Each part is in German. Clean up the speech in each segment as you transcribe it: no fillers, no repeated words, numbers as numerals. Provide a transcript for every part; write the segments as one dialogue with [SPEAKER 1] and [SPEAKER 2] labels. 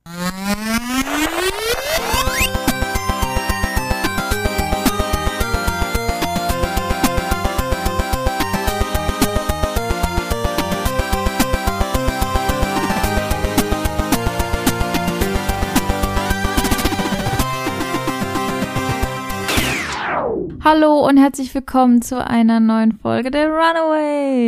[SPEAKER 1] Hallo und herzlich willkommen zu einer neuen Folge der Runaways.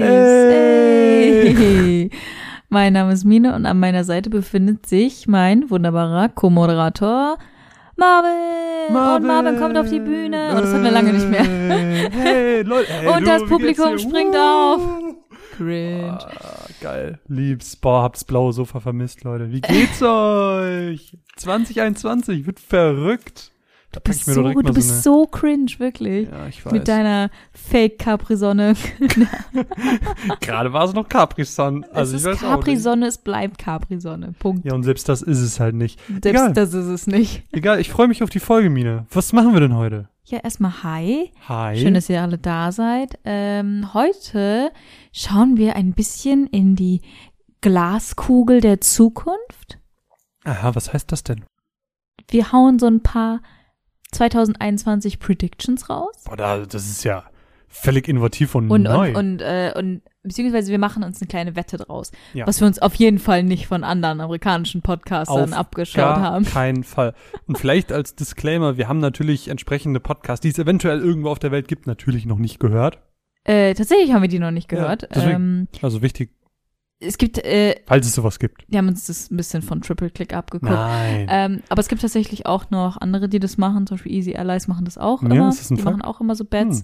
[SPEAKER 1] Hey. Mein Name ist Mine und an meiner Seite befindet sich mein wunderbarer Co-Moderator Marvin. Und Marvin kommt auf die Bühne. Oh, das hatten wir lange nicht mehr.
[SPEAKER 2] Hey, Leute. Hey,
[SPEAKER 1] und das Publikum springt auf. Cringe.
[SPEAKER 2] Geil. Lieb's. Boah, habt's blaue Sofa vermisst, Leute. Wie geht's euch? 2021 wird verrückt.
[SPEAKER 1] Du bist so cringe, wirklich.
[SPEAKER 2] Ja, ich weiß.
[SPEAKER 1] Mit deiner Fake-Capri-Sonne.
[SPEAKER 2] Gerade war es noch Capri-Sonne. Also
[SPEAKER 1] es ist Capri-Sonne, es bleibt Capri-Sonne. Punkt.
[SPEAKER 2] Ja, und selbst das ist es halt nicht.
[SPEAKER 1] Selbst Egal. Das ist es nicht.
[SPEAKER 2] Egal, ich freue mich auf die Folge, Mine. Was machen wir denn heute?
[SPEAKER 1] Ja, erstmal hi.
[SPEAKER 2] Hi.
[SPEAKER 1] Schön, dass ihr alle da seid. Heute schauen wir ein bisschen in die Glaskugel der Zukunft.
[SPEAKER 2] Aha, was heißt das denn?
[SPEAKER 1] Wir hauen so ein paar 2021 Predictions raus.
[SPEAKER 2] Boah, das ist ja völlig innovativ und neu.
[SPEAKER 1] Und beziehungsweise wir machen uns eine kleine Wette draus,
[SPEAKER 2] ja.
[SPEAKER 1] Was wir uns auf jeden Fall nicht von anderen amerikanischen Podcastern abgeschaut haben.
[SPEAKER 2] Auf keinen Fall. Und vielleicht als Disclaimer, wir haben natürlich entsprechende Podcasts, die es eventuell irgendwo auf der Welt gibt, natürlich noch nicht gehört.
[SPEAKER 1] Tatsächlich haben wir die noch nicht gehört.
[SPEAKER 2] Ja, deswegen, also wichtig.
[SPEAKER 1] Es gibt,
[SPEAKER 2] falls es sowas gibt.
[SPEAKER 1] Wir haben uns das ein bisschen von Triple Click abgeguckt.
[SPEAKER 2] Nein.
[SPEAKER 1] Aber es gibt tatsächlich auch noch andere, die das machen. Zum Beispiel Easy Allies machen das auch immer.
[SPEAKER 2] Ja, das ist ein
[SPEAKER 1] die
[SPEAKER 2] Fall.
[SPEAKER 1] machen auch immer so Bets.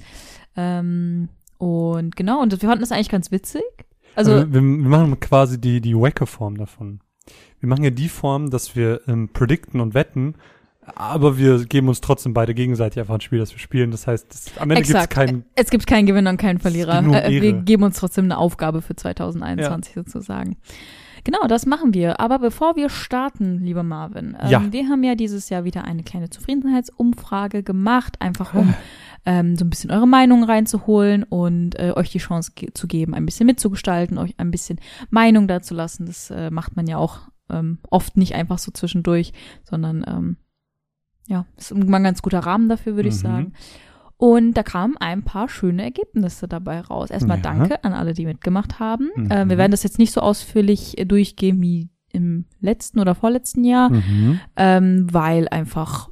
[SPEAKER 1] Und genau, und wir fanden das eigentlich ganz witzig. Also
[SPEAKER 2] wir machen quasi die Wacker-Form davon. Wir machen ja die Form, dass wir predikten und wetten, aber wir geben uns trotzdem beide gegenseitig einfach ein Spiel, das wir spielen. Das heißt, am Ende
[SPEAKER 1] es gibt keinen Gewinner und keinen Verlierer. Wir
[SPEAKER 2] Ehre.
[SPEAKER 1] geben uns trotzdem eine Aufgabe für 2021 sozusagen. Genau, das machen wir. Aber bevor wir starten, lieber Marvin, wir haben ja dieses Jahr wieder eine kleine Zufriedenheitsumfrage gemacht, einfach um so ein bisschen eure Meinung reinzuholen und euch die Chance zu geben, ein bisschen mitzugestalten, euch ein bisschen Meinung dazu lassen. Das macht man ja auch oft nicht einfach so zwischendurch, sondern ist immer ein ganz guter Rahmen dafür, würde ich sagen. Und da kamen ein paar schöne Ergebnisse dabei raus. Erstmal danke an alle, die mitgemacht haben. Wir werden das jetzt nicht so ausführlich durchgehen wie im letzten oder vorletzten Jahr, weil einfach,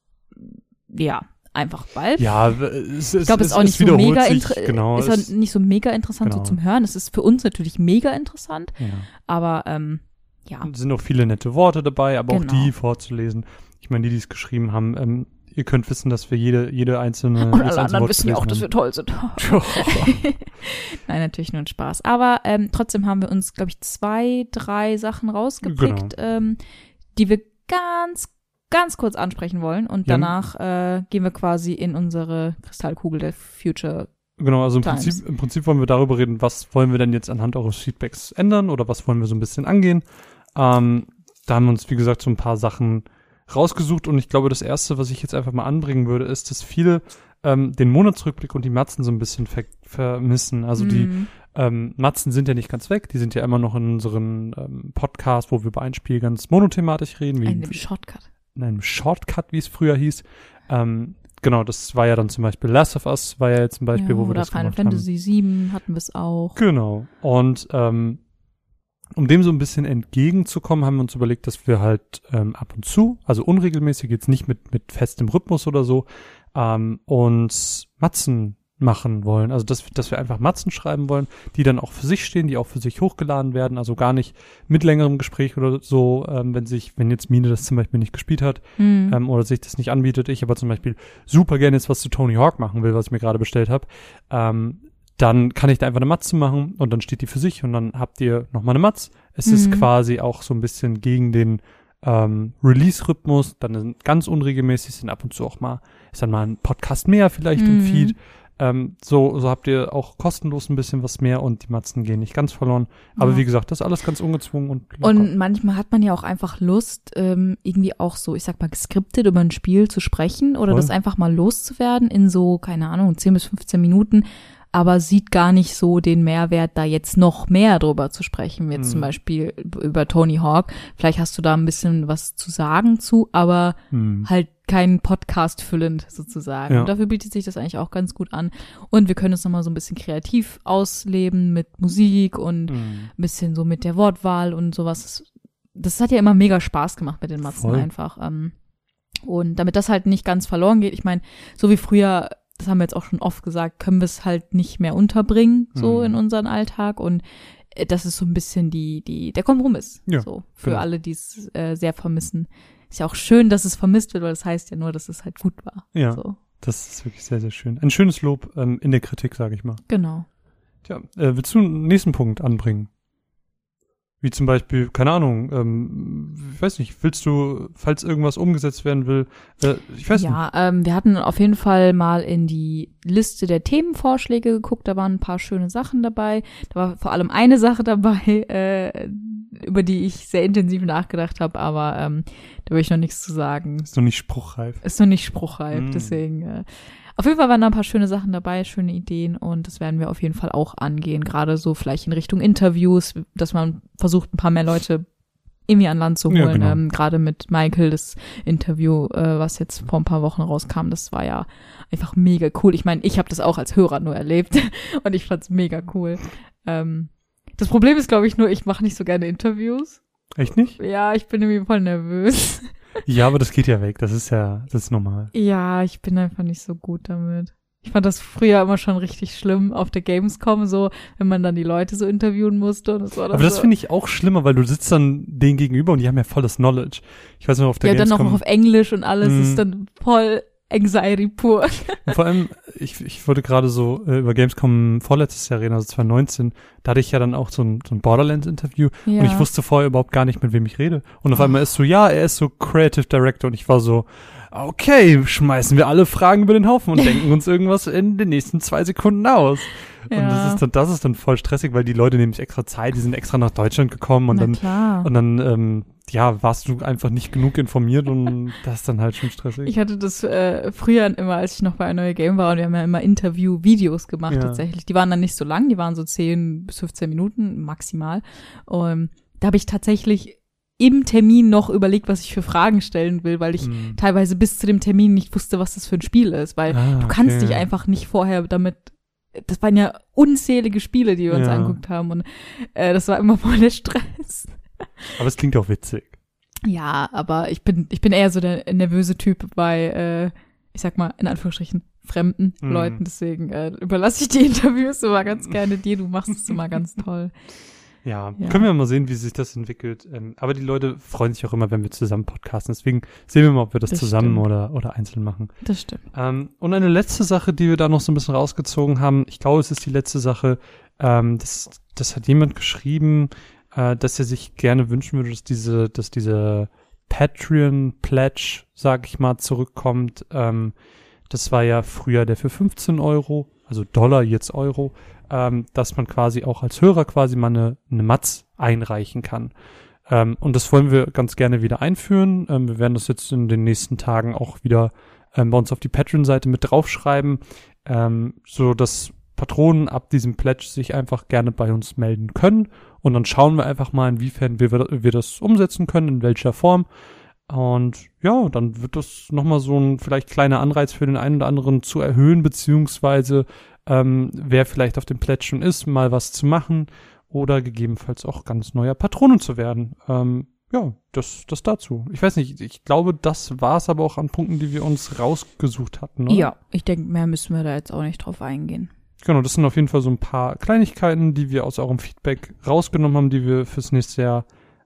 [SPEAKER 1] weil.
[SPEAKER 2] Ja,
[SPEAKER 1] ich glaube, es ist auch nicht so mega
[SPEAKER 2] genau,
[SPEAKER 1] ist auch nicht so mega interessant so zum Hören. Es ist für uns natürlich mega interessant, aber
[SPEAKER 2] Es sind auch viele nette Worte dabei, aber auch die vorzulesen. Ich meine, die es geschrieben haben, ihr könnt wissen, dass wir jede einzelne
[SPEAKER 1] und alle anderen wissen ja auch, dass wir toll sind. Nein, natürlich nur ein Spaß. Aber trotzdem haben wir uns, glaube ich, 2, 3 Sachen rausgepickt, die wir ganz, ganz kurz ansprechen wollen. Und danach gehen wir quasi in unsere Kristallkugel der Future.
[SPEAKER 2] Genau, also im Prinzip wollen wir darüber reden, was wollen wir denn jetzt anhand eures Feedbacks ändern oder was wollen wir so ein bisschen angehen. Da haben wir uns, wie gesagt, so ein paar Sachen rausgesucht und ich glaube, das Erste, was ich jetzt einfach mal anbringen würde, ist, dass viele den Monatsrückblick und die Matzen so ein bisschen vermissen. Also die Matzen sind ja nicht ganz weg, die sind ja immer noch in unseren Podcast, wo wir über ein Spiel ganz monothematisch reden.
[SPEAKER 1] In einem
[SPEAKER 2] Shortcut, wie es früher hieß. Genau, das war ja dann zum Beispiel Last of Us, war ja jetzt ein Beispiel, wo wir das gemacht haben.
[SPEAKER 1] Final Fantasy 7 hatten wir es auch.
[SPEAKER 2] Genau, und um dem so ein bisschen entgegenzukommen, haben wir uns überlegt, dass wir halt ab und zu, also unregelmäßig, jetzt nicht mit festem Rhythmus oder so, uns Matzen machen wollen. Also dass wir einfach Matzen schreiben wollen, die dann auch für sich stehen, die auch für sich hochgeladen werden, also gar nicht mit längerem Gespräch oder so, wenn jetzt Mine das zum Beispiel nicht gespielt hat oder sich das nicht anbietet, ich aber zum Beispiel super gerne jetzt was zu Tony Hawk machen will, was ich mir gerade bestellt habe, dann kann ich da einfach eine Matze machen und dann steht die für sich und dann habt ihr nochmal eine Matz. Es ist quasi auch so ein bisschen gegen den Release-Rhythmus, dann sind ganz unregelmäßig, sind ab und zu auch mal, ist dann mal ein Podcast mehr vielleicht im Feed. So habt ihr auch kostenlos ein bisschen was mehr und die Matzen gehen nicht ganz verloren. Aber wie gesagt, das ist alles ganz ungezwungen und locker.
[SPEAKER 1] Und manchmal hat man ja auch einfach Lust, irgendwie auch so, ich sag mal, geskriptet über ein Spiel zu sprechen oder das einfach mal loszuwerden in so, keine Ahnung, 10 bis 15 Minuten. aber sieht gar nicht so den Mehrwert, da jetzt noch mehr drüber zu sprechen, jetzt zum Beispiel über Tony Hawk. Vielleicht hast du da ein bisschen was zu sagen zu, aber halt keinen Podcast füllend sozusagen.
[SPEAKER 2] Ja.
[SPEAKER 1] Und dafür bietet sich das eigentlich auch ganz gut an. Und wir können uns nochmal so ein bisschen kreativ ausleben mit Musik und ein bisschen so mit der Wortwahl und sowas. Das hat ja immer mega Spaß gemacht mit den Matzen einfach. Und damit das halt nicht ganz verloren geht, ich meine, so wie früher, das haben wir jetzt auch schon oft gesagt, können wir es halt nicht mehr unterbringen, so in unseren Alltag. Und das ist so ein bisschen der Kompromiss, so für alle, die es sehr vermissen. Ist ja auch schön, dass es vermisst wird, weil das heißt ja nur, dass es halt gut war.
[SPEAKER 2] Ja,
[SPEAKER 1] so.
[SPEAKER 2] Das ist wirklich sehr, sehr schön. Ein schönes Lob in der Kritik, sage ich mal.
[SPEAKER 1] Genau.
[SPEAKER 2] Tja, willst du einen nächsten Punkt anbringen? Wie zum Beispiel, keine Ahnung, ich weiß nicht, willst du, falls irgendwas umgesetzt werden will, ich weiß nicht.
[SPEAKER 1] Ja, wir hatten auf jeden Fall mal in die Liste der Themenvorschläge geguckt, da waren ein paar schöne Sachen dabei. Da war vor allem eine Sache dabei, über die ich sehr intensiv nachgedacht habe, aber da will ich noch nichts zu sagen.
[SPEAKER 2] Ist noch nicht spruchreif.
[SPEAKER 1] Deswegen auf jeden Fall waren da ein paar schöne Sachen dabei, schöne Ideen und das werden wir auf jeden Fall auch angehen, gerade so vielleicht in Richtung Interviews, dass man versucht, ein paar mehr Leute irgendwie an Land zu holen. Ja, genau. Gerade mit Michael, das Interview, was jetzt vor ein paar Wochen rauskam, das war ja einfach mega cool. Ich meine, ich habe das auch als Hörer nur erlebt und ich fand's mega cool. Das Problem ist, glaube ich, nur, ich mache nicht so gerne Interviews.
[SPEAKER 2] Echt nicht?
[SPEAKER 1] Ja, ich bin irgendwie voll nervös.
[SPEAKER 2] Ja, aber das geht ja weg. Das ist normal.
[SPEAKER 1] Ja, ich bin einfach nicht so gut damit. Ich fand das früher immer schon richtig schlimm auf der Gamescom, so, wenn man dann die Leute so interviewen musste. Und das war dann
[SPEAKER 2] aber das finde ich auch schlimmer, weil du sitzt dann denen gegenüber und die haben ja voll das Knowledge. Ich weiß noch, auf der Gamescom.
[SPEAKER 1] Ja, dann noch auf Englisch und alles ist dann voll Anxiety pur.
[SPEAKER 2] Und vor allem, ich wurde gerade so über Gamescom vorletztes Jahr reden, also 2019, da hatte ich ja dann auch so ein Borderlands-Interview und ich wusste vorher überhaupt gar nicht, mit wem ich rede. Und auf einmal ist so, ja, er ist so Creative Director und ich war so, okay, schmeißen wir alle Fragen über den Haufen und denken uns irgendwas in den nächsten 2 Sekunden aus. Ja. Und das ist dann voll stressig, weil die Leute nehmen sich extra Zeit, die sind extra nach Deutschland gekommen und dann warst du einfach nicht genug informiert und das ist dann halt schon stressig.
[SPEAKER 1] Ich hatte das früher immer, als ich noch bei einem neuen Game war und wir haben ja immer Interview-Videos gemacht tatsächlich. Die waren dann nicht so lang, die waren so 10 bis 15 Minuten maximal. Und da habe ich tatsächlich im Termin noch überlegt, was ich für Fragen stellen will, weil ich teilweise bis zu dem Termin nicht wusste, was das für ein Spiel ist, weil du kannst dich einfach nicht vorher damit, das waren ja unzählige Spiele, die wir uns angeguckt haben und das war immer voll der Stress.
[SPEAKER 2] Aber es klingt auch witzig.
[SPEAKER 1] Ja, aber ich bin eher so der nervöse Typ bei, ich sag mal, in Anführungsstrichen, fremden Leuten, deswegen überlasse ich die Interviews immer ganz gerne dir, du machst es immer ganz toll.
[SPEAKER 2] Ja, können wir mal sehen, wie sich das entwickelt. Aber die Leute freuen sich auch immer, wenn wir zusammen podcasten. Deswegen sehen wir mal, ob wir das zusammen oder einzeln machen.
[SPEAKER 1] Das stimmt.
[SPEAKER 2] Und eine letzte Sache, die wir da noch so ein bisschen rausgezogen haben, ich glaube, es ist die letzte Sache, das hat jemand geschrieben, dass er sich gerne wünschen würde, dass diese Patreon-Pledge, sag ich mal, zurückkommt. Das war ja früher der für 15 €, also $, jetzt Euro, dass man quasi auch als Hörer quasi mal eine Matz einreichen kann. Und das wollen wir ganz gerne wieder einführen. Wir werden das jetzt in den nächsten Tagen auch wieder bei uns auf die Patreon-Seite mit draufschreiben, so dass Patronen ab diesem Pledge sich einfach gerne bei uns melden können. Und dann schauen wir einfach mal, inwiefern wir das umsetzen können, in welcher Form. Und ja, dann wird das nochmal so ein vielleicht kleiner Anreiz für den einen oder anderen zu erhöhen, beziehungsweise wer vielleicht auf dem Pledge schon ist, mal was zu machen oder gegebenenfalls auch ganz neuer Patronen zu werden. Das dazu. Ich weiß nicht, ich glaube, das war es aber auch an Punkten, die wir uns rausgesucht hatten, oder?
[SPEAKER 1] Ja, ich denke, mehr müssen wir da jetzt auch nicht drauf eingehen.
[SPEAKER 2] Genau, das sind auf jeden Fall so ein paar Kleinigkeiten, die wir aus eurem Feedback rausgenommen haben, die wir fürs nächste Jahr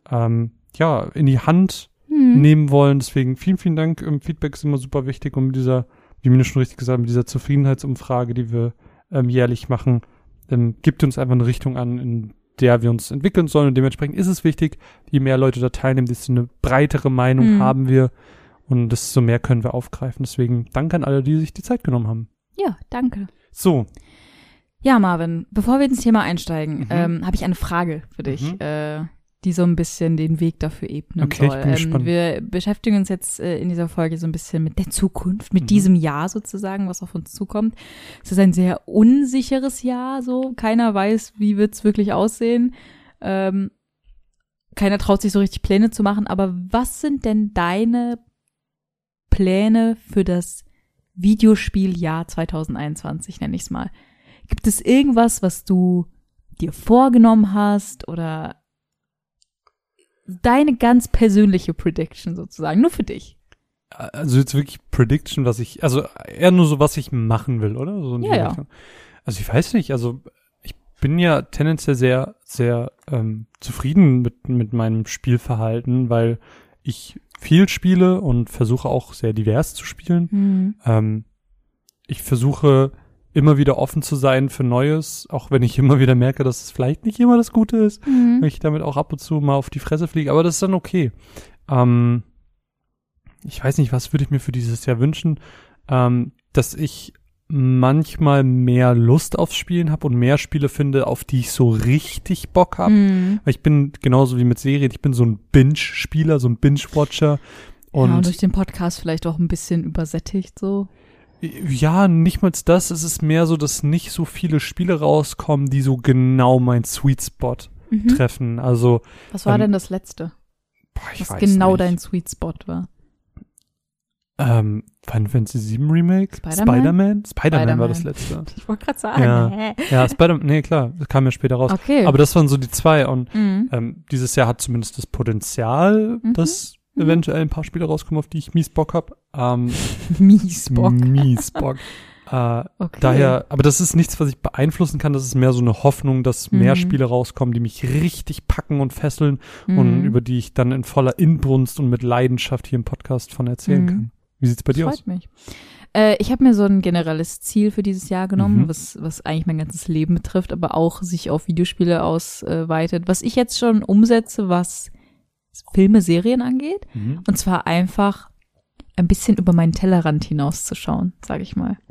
[SPEAKER 2] in die Hand nehmen wollen. Deswegen vielen, vielen Dank. Feedback ist immer super wichtig, um wie mir schon richtig gesagt, mit dieser Zufriedenheitsumfrage, die wir jährlich machen, gibt uns einfach eine Richtung an, in der wir uns entwickeln sollen. Und dementsprechend ist es wichtig, je mehr Leute da teilnehmen, desto eine breitere Meinung haben wir und desto mehr können wir aufgreifen. Deswegen danke an alle, die sich die Zeit genommen haben.
[SPEAKER 1] Ja, danke.
[SPEAKER 2] So.
[SPEAKER 1] Ja, Marvin, bevor wir ins Thema einsteigen, habe ich eine Frage für dich. die so ein bisschen den Weg dafür ebnen soll.
[SPEAKER 2] Ich bin gespannt.
[SPEAKER 1] Wir beschäftigen uns jetzt in dieser Folge so ein bisschen mit der Zukunft, mit diesem Jahr sozusagen, was auf uns zukommt. Es ist ein sehr unsicheres Jahr, so. Keiner weiß, wie wird's wirklich aussehen. Keiner traut sich so richtig Pläne zu machen. Aber was sind denn deine Pläne für das Videospieljahr 2021, nenne ich es mal? Gibt es irgendwas, was du dir vorgenommen hast oder deine ganz persönliche Prediction sozusagen, nur für dich?
[SPEAKER 2] Also jetzt wirklich Prediction, also eher nur so, was ich machen will, oder? So in die
[SPEAKER 1] Ja.
[SPEAKER 2] Richtung. Also ich weiß nicht, also ich bin ja tendenziell sehr, sehr zufrieden mit meinem Spielverhalten, weil ich viel spiele und versuche auch sehr divers zu spielen. Ich versuche immer wieder offen zu sein für Neues, auch wenn ich immer wieder merke, dass es vielleicht nicht immer das Gute ist, wenn ich damit auch ab und zu mal auf die Fresse fliege, aber das ist dann okay. Ich weiß nicht, was würde ich mir für dieses Jahr wünschen, dass ich manchmal mehr Lust aufs Spielen habe und mehr Spiele finde, auf die ich so richtig Bock habe. Weil ich bin genauso wie mit Serien, ich bin so ein Binge-Spieler, so ein Binge-Watcher.
[SPEAKER 1] Und durch den Podcast vielleicht auch ein bisschen übersättigt so.
[SPEAKER 2] Ja, nicht mal das. Es ist mehr so, dass nicht so viele Spiele rauskommen, die so genau mein Sweet Spot treffen. Also
[SPEAKER 1] was war denn das letzte? Was genau dein Sweet Spot war?
[SPEAKER 2] Final Fantasy VII Remake? Spider-Man? Spider-Man war das letzte.
[SPEAKER 1] Ich wollte gerade sagen.
[SPEAKER 2] Ja, Spider-Man, nee, klar, das kam ja später raus.
[SPEAKER 1] Okay.
[SPEAKER 2] Aber das waren so die zwei und dieses Jahr hat zumindest das Potenzial, dass eventuell ein paar Spiele rauskommen, auf die ich mies Bock hab. Mies Bock. Okay. Daher, aber das ist nichts, was ich beeinflussen kann. Das ist mehr so eine Hoffnung, dass mehr Spiele rauskommen, die mich richtig packen und fesseln und über die ich dann in voller Inbrunst und mit Leidenschaft hier im Podcast von erzählen kann. Wie sieht's bei dir aus?
[SPEAKER 1] Freut mich. Ich habe mir so ein generelles Ziel für dieses Jahr genommen, was eigentlich mein ganzes Leben betrifft, aber auch sich auf Videospiele ausweitet. Was ich jetzt schon umsetze, was Filme, Serien angeht. Und zwar einfach ein bisschen über meinen Tellerrand hinauszuschauen, sage ich mal.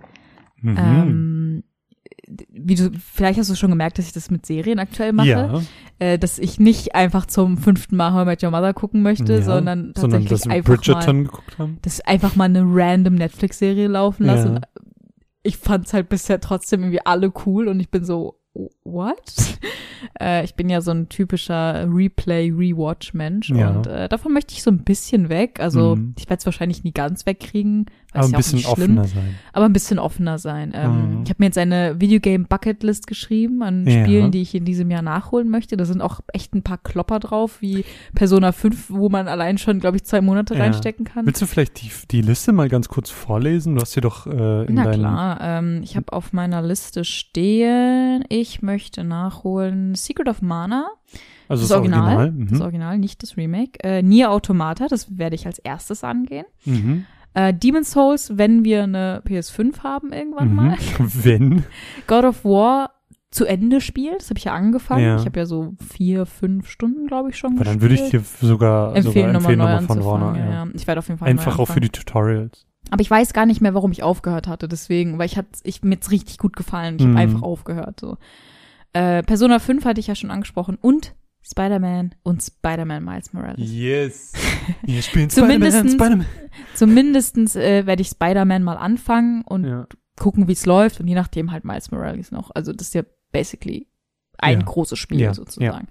[SPEAKER 1] Vielleicht hast du schon gemerkt, dass ich das mit Serien aktuell mache, dass ich nicht einfach zum 5. Mal How I Met Your Mother gucken möchte, sondern tatsächlich
[SPEAKER 2] dass wir
[SPEAKER 1] einfach
[SPEAKER 2] Bridgerton geguckt haben.
[SPEAKER 1] Das einfach mal eine random Netflix-Serie laufen lasse. Und ich fand's halt bisher trotzdem irgendwie alle cool und ich bin so, what? Ich bin ja so ein typischer Replay-Rewatch-Mensch und davon möchte ich so ein bisschen weg. Also ich werde es wahrscheinlich nie ganz wegkriegen.
[SPEAKER 2] Aber ein bisschen offener sein.
[SPEAKER 1] Aber ein bisschen offener sein. Ich habe mir jetzt eine Videogame-Bucketlist geschrieben an Spielen, die ich in diesem Jahr nachholen möchte. Da sind auch echt ein paar Klopper drauf, wie Persona 5, wo man allein schon, glaube ich, 2 Monate reinstecken kann.
[SPEAKER 2] Willst du vielleicht die Liste mal ganz kurz vorlesen? Du hast hier doch
[SPEAKER 1] Na klar, ich habe auf meiner Liste stehen, ich möchte nachholen Secret of Mana.
[SPEAKER 2] Also das Original.
[SPEAKER 1] Das Original, nicht das Remake. Nier Automata, das werde ich als erstes angehen. Demon's Souls, wenn wir eine PS5 haben irgendwann mal.
[SPEAKER 2] Wenn?
[SPEAKER 1] God of War zu Ende spielen, das habe ich ja angefangen. Ich habe ja so 4-5 Stunden, glaube ich, schon
[SPEAKER 2] gespielt. Dann würde ich dir sogar
[SPEAKER 1] empfehlen,
[SPEAKER 2] nochmal von vorne.
[SPEAKER 1] Ja. Ich werde auf jeden Fall
[SPEAKER 2] einfach auch für die Tutorials.
[SPEAKER 1] Aber ich weiß gar nicht mehr, warum ich aufgehört hatte, deswegen, weil mir jetzt richtig gut gefallen. Ich habe einfach aufgehört, so. Persona 5 hatte ich ja schon angesprochen und Spider-Man und Spider-Man Miles Morales.
[SPEAKER 2] Yes. Wir spielen Spider-Man.
[SPEAKER 1] Zumindestens werde ich Spider-Man mal anfangen und gucken, wie es läuft und je nachdem halt Miles Morales noch. Also das ist ja basically ein großes Spiel sozusagen.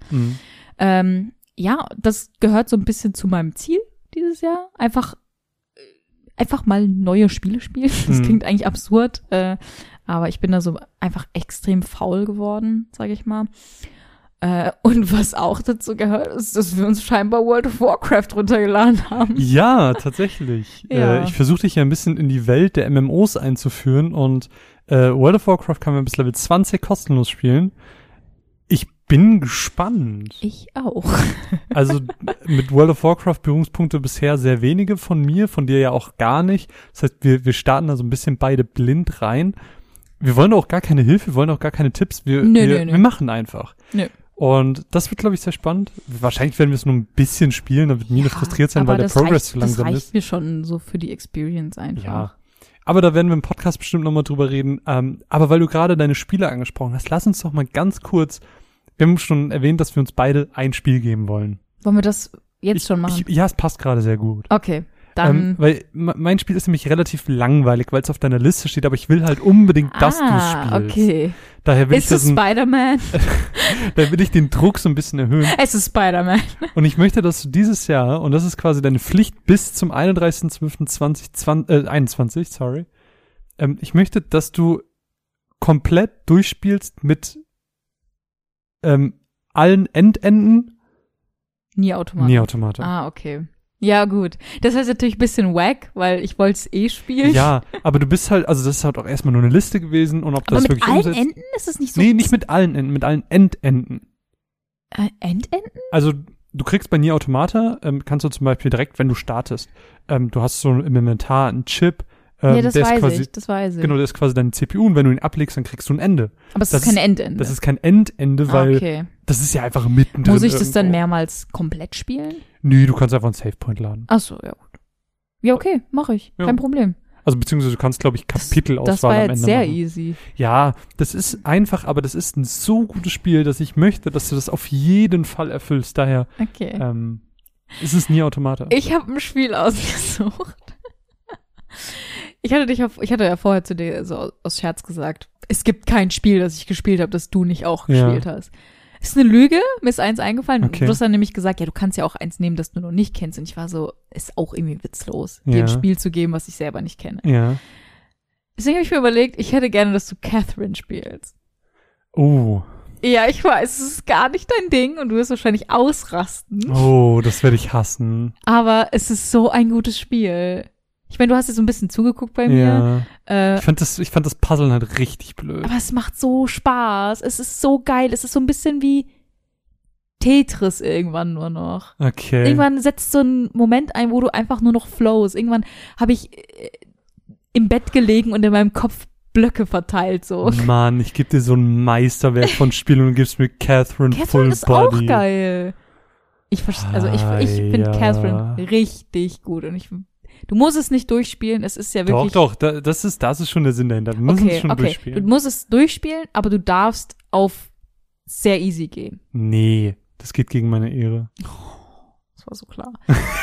[SPEAKER 1] Das gehört so ein bisschen zu meinem Ziel dieses Jahr. Einfach mal neue Spiele spielen. Das klingt eigentlich absurd, aber ich bin da so einfach extrem faul geworden, sage ich mal. Und was auch dazu gehört, ist, dass wir uns scheinbar World of Warcraft runtergeladen haben.
[SPEAKER 2] Ja, tatsächlich. Ich versuche dich ja ein bisschen in die Welt der MMOs einzuführen und World of Warcraft kann man bis Level 20 kostenlos spielen. Ich bin gespannt.
[SPEAKER 1] Ich auch.
[SPEAKER 2] Also mit World of Warcraft Berührungspunkte bisher sehr wenige von mir, von dir ja auch gar nicht. Das heißt, wir starten da so ein bisschen beide blind rein. Wir wollen auch gar keine Hilfe, wir wollen auch gar keine Tipps. Wir machen einfach.
[SPEAKER 1] Nö.
[SPEAKER 2] Und das wird, glaube ich, sehr spannend. Wahrscheinlich werden wir es nur ein bisschen spielen, dann wird Mine frustriert sein, weil der Progress zu langsam ist.
[SPEAKER 1] Das reicht mir schon so für die Experience einfach.
[SPEAKER 2] Ja. Aber da werden wir im Podcast bestimmt nochmal drüber reden. Aber weil du gerade deine Spiele angesprochen hast, lass uns doch mal ganz kurz Wir haben schon erwähnt, dass wir uns beide ein Spiel geben wollen.
[SPEAKER 1] Wollen wir das jetzt schon machen?
[SPEAKER 2] Ja, es passt gerade sehr gut.
[SPEAKER 1] Okay, dann.
[SPEAKER 2] Weil mein Spiel ist nämlich relativ langweilig, weil es auf deiner Liste steht, aber ich will halt unbedingt, dass du es spielst.
[SPEAKER 1] Okay.
[SPEAKER 2] Daher will
[SPEAKER 1] ist es Spider-Man?
[SPEAKER 2] Da will ich den Druck so ein bisschen erhöhen.
[SPEAKER 1] Es ist Spider-Man.
[SPEAKER 2] Und ich möchte, dass du dieses Jahr, und das ist quasi deine Pflicht bis zum 31.12.2021, sorry, ich möchte, dass du komplett durchspielst mit allen Endenden.
[SPEAKER 1] Nier Automata.
[SPEAKER 2] Ah,
[SPEAKER 1] okay. Ja, gut. Das heißt natürlich ein bisschen wack, weil ich wollte es spielen.
[SPEAKER 2] Ja, aber du bist halt, also das ist halt auch erstmal nur eine Liste gewesen und ob
[SPEAKER 1] aber
[SPEAKER 2] das
[SPEAKER 1] mit
[SPEAKER 2] wirklich
[SPEAKER 1] allen
[SPEAKER 2] umsetzt.
[SPEAKER 1] Enden ist es nicht so.
[SPEAKER 2] Nee, nicht mit allen Enden, mit allen Endenden.
[SPEAKER 1] Endenden?
[SPEAKER 2] Also du kriegst bei Nier Automata, kannst du zum Beispiel direkt, wenn du startest, du hast so im Inventar einen Chip.
[SPEAKER 1] Ja, das weiß ich.
[SPEAKER 2] Genau, das ist quasi deine CPU und wenn du ihn ablegst, dann kriegst du ein Ende.
[SPEAKER 1] Aber es ist kein Endende.
[SPEAKER 2] Das ist kein Endende, weil das ist ja einfach mittendrin.
[SPEAKER 1] Muss ich das dann mehrmals komplett spielen?
[SPEAKER 2] Nee, du kannst einfach einen Savepoint laden.
[SPEAKER 1] Ach so, ja gut. Ja, okay, mache ich. Ja. Kein Problem.
[SPEAKER 2] Also beziehungsweise du kannst, glaube ich, Kapitelauswahl
[SPEAKER 1] das war
[SPEAKER 2] am
[SPEAKER 1] jetzt
[SPEAKER 2] Ende
[SPEAKER 1] sehr
[SPEAKER 2] machen.
[SPEAKER 1] easy.
[SPEAKER 2] Ja, das ist einfach, aber das ist ein so gutes Spiel, dass ich möchte, dass du das auf jeden Fall erfüllst. Daher ist es Nier Automata.
[SPEAKER 1] Ich habe ein Spiel ausgesucht. Ich hatte ja vorher zu dir so aus Scherz gesagt, es gibt kein Spiel, das ich gespielt habe, das du nicht auch gespielt hast. Ist eine Lüge, mir ist eins eingefallen. Okay. Du hast dann nämlich gesagt, ja, du kannst ja auch eins nehmen, das du noch nicht kennst. Und ich war so, ist auch irgendwie witzlos, dir ein Spiel zu geben, was ich selber nicht kenne.
[SPEAKER 2] Ja.
[SPEAKER 1] Deswegen habe ich mir überlegt, ich hätte gerne, dass du Catherine spielst.
[SPEAKER 2] Oh.
[SPEAKER 1] Ja, ich weiß, es ist gar nicht dein Ding und du wirst wahrscheinlich ausrasten.
[SPEAKER 2] Oh, das werde ich hassen.
[SPEAKER 1] Aber es ist so ein gutes Spiel. Ich meine, du hast jetzt so ein bisschen zugeguckt bei mir.
[SPEAKER 2] Ja. Ich fand das Puzzeln halt richtig blöd.
[SPEAKER 1] Aber es macht so Spaß. Es ist so geil. Es ist so ein bisschen wie Tetris irgendwann nur noch.
[SPEAKER 2] Okay.
[SPEAKER 1] Irgendwann setzt so ein Moment ein, wo du einfach nur noch flowst. Irgendwann habe ich im Bett gelegen und in meinem Kopf Blöcke verteilt, so.
[SPEAKER 2] Mann, ich gebe dir so ein Meisterwerk von Spielen und du gibst mir Catherine Full Body.
[SPEAKER 1] Catherine ist auch geil. Ich finde Catherine richtig gut und du musst es nicht durchspielen, es ist ja wirklich...
[SPEAKER 2] Doch, das ist schon der Sinn dahinter. Du musst es schon durchspielen.
[SPEAKER 1] Du musst es durchspielen, aber du darfst auf sehr easy gehen.
[SPEAKER 2] Nee, das geht gegen meine Ehre.
[SPEAKER 1] Das war so klar.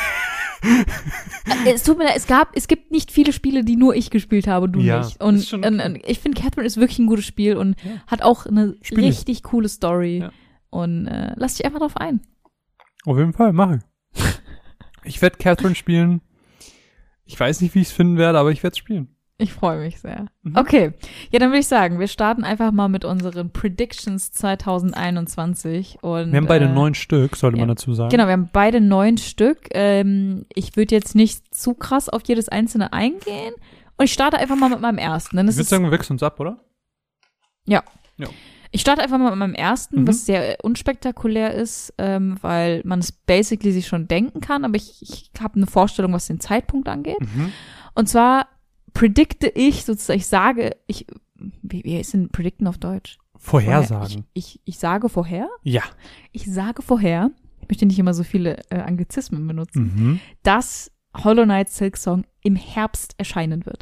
[SPEAKER 1] Es tut mir leid, es gibt nicht viele Spiele, die nur ich gespielt habe, du nicht. Und ich finde, Catherine ist wirklich ein gutes Spiel und hat auch eine richtig coole Story. Ja. Und lass dich einfach drauf ein.
[SPEAKER 2] Auf jeden Fall, mache ich. Ich werde Catherine spielen. Ich weiß nicht, wie ich es finden werde, aber ich werde es spielen.
[SPEAKER 1] Ich freue mich sehr. Okay, ja, dann würde ich sagen, wir starten einfach mal mit unseren Predictions 2021. Und,
[SPEAKER 2] wir haben beide 9 Stück, sollte man dazu sagen.
[SPEAKER 1] Genau, wir haben beide 9 Stück. Ich würde jetzt nicht zu krass auf jedes einzelne eingehen. Und ich starte einfach mal mit meinem ersten.
[SPEAKER 2] Ich würde sagen, wir wechseln uns ab, oder?
[SPEAKER 1] Ja. Ich starte einfach mal mit meinem ersten, was sehr unspektakulär ist, weil man es basically sich schon denken kann, aber ich habe eine Vorstellung, was den Zeitpunkt angeht. Und zwar predikte ich sozusagen, wie ist denn predikten auf Deutsch?
[SPEAKER 2] Vorhersagen.
[SPEAKER 1] Ich sage vorher?
[SPEAKER 2] Ja.
[SPEAKER 1] Ich sage vorher, ich möchte nicht immer so viele Anglizismen benutzen, dass Hollow Knight Silksong im Herbst erscheinen wird.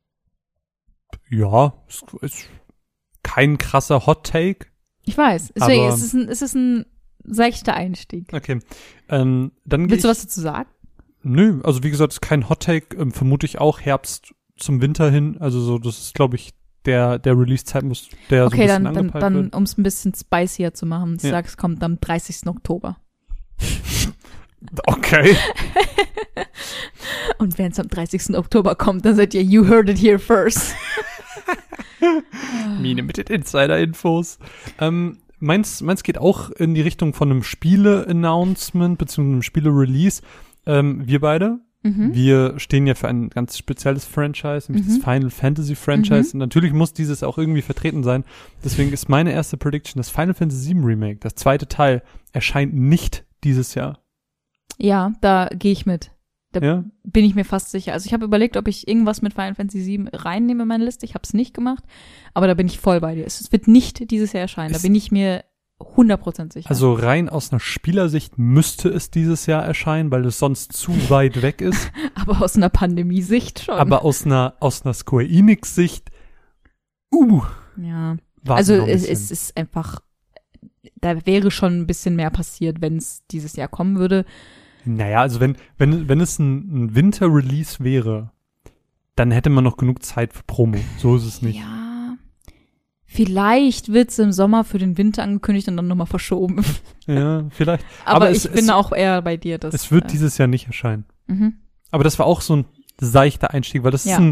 [SPEAKER 2] Ja, ist kein krasser Hot Take.
[SPEAKER 1] Ich weiß. Deswegen ist es ein seichter Einstieg.
[SPEAKER 2] Okay. Dann
[SPEAKER 1] Willst du was dazu sagen?
[SPEAKER 2] Nö, also wie gesagt, ist kein Hot Take. Vermute ich auch Herbst zum Winter hin. Also so, das ist, glaube ich, der Release-Zeit muss der so ein bisschen angepeilt werden.
[SPEAKER 1] Okay, dann um es ein bisschen spicier zu machen. Ich sag, es kommt am 30. Oktober.
[SPEAKER 2] Okay.
[SPEAKER 1] Und wenn es am 30. Oktober kommt, dann seid ihr You heard it here first.
[SPEAKER 2] Mine mit den Insider-Infos. Meins geht auch in die Richtung von einem Spiele-Announcement beziehungsweise einem Spiele-Release. Wir beide, wir stehen ja für ein ganz spezielles Franchise, nämlich das Final Fantasy Franchise. Und natürlich muss dieses auch irgendwie vertreten sein. Deswegen ist meine erste Prediction, das Final Fantasy VII Remake, das zweite Teil, erscheint nicht dieses Jahr.
[SPEAKER 1] Ja, da gehe ich mit. Da bin ich mir fast sicher. Also ich habe überlegt, ob ich irgendwas mit Final Fantasy VII reinnehme in meine Liste. Ich habe es nicht gemacht, aber da bin ich voll bei dir. Es wird nicht dieses Jahr erscheinen. Da bin ich mir 100% sicher.
[SPEAKER 2] Also rein aus einer Spielersicht müsste es dieses Jahr erscheinen, weil es sonst zu weit weg ist.
[SPEAKER 1] Aber aus einer Pandemiesicht schon.
[SPEAKER 2] Aber aus einer Square Enix-Sicht,
[SPEAKER 1] ja. Also es ist einfach, da wäre schon ein bisschen mehr passiert, wenn es dieses Jahr kommen würde.
[SPEAKER 2] Naja, also wenn es ein Winter-Release wäre, dann hätte man noch genug Zeit für Promo. So ist es nicht.
[SPEAKER 1] Ja, vielleicht wird es im Sommer für den Winter angekündigt und dann nochmal verschoben.
[SPEAKER 2] Ja, vielleicht.
[SPEAKER 1] Aber ich bin auch eher bei dir.
[SPEAKER 2] Es wird dieses Jahr nicht erscheinen.
[SPEAKER 1] Mhm.
[SPEAKER 2] Aber das war auch so ein seichter Einstieg, weil das ist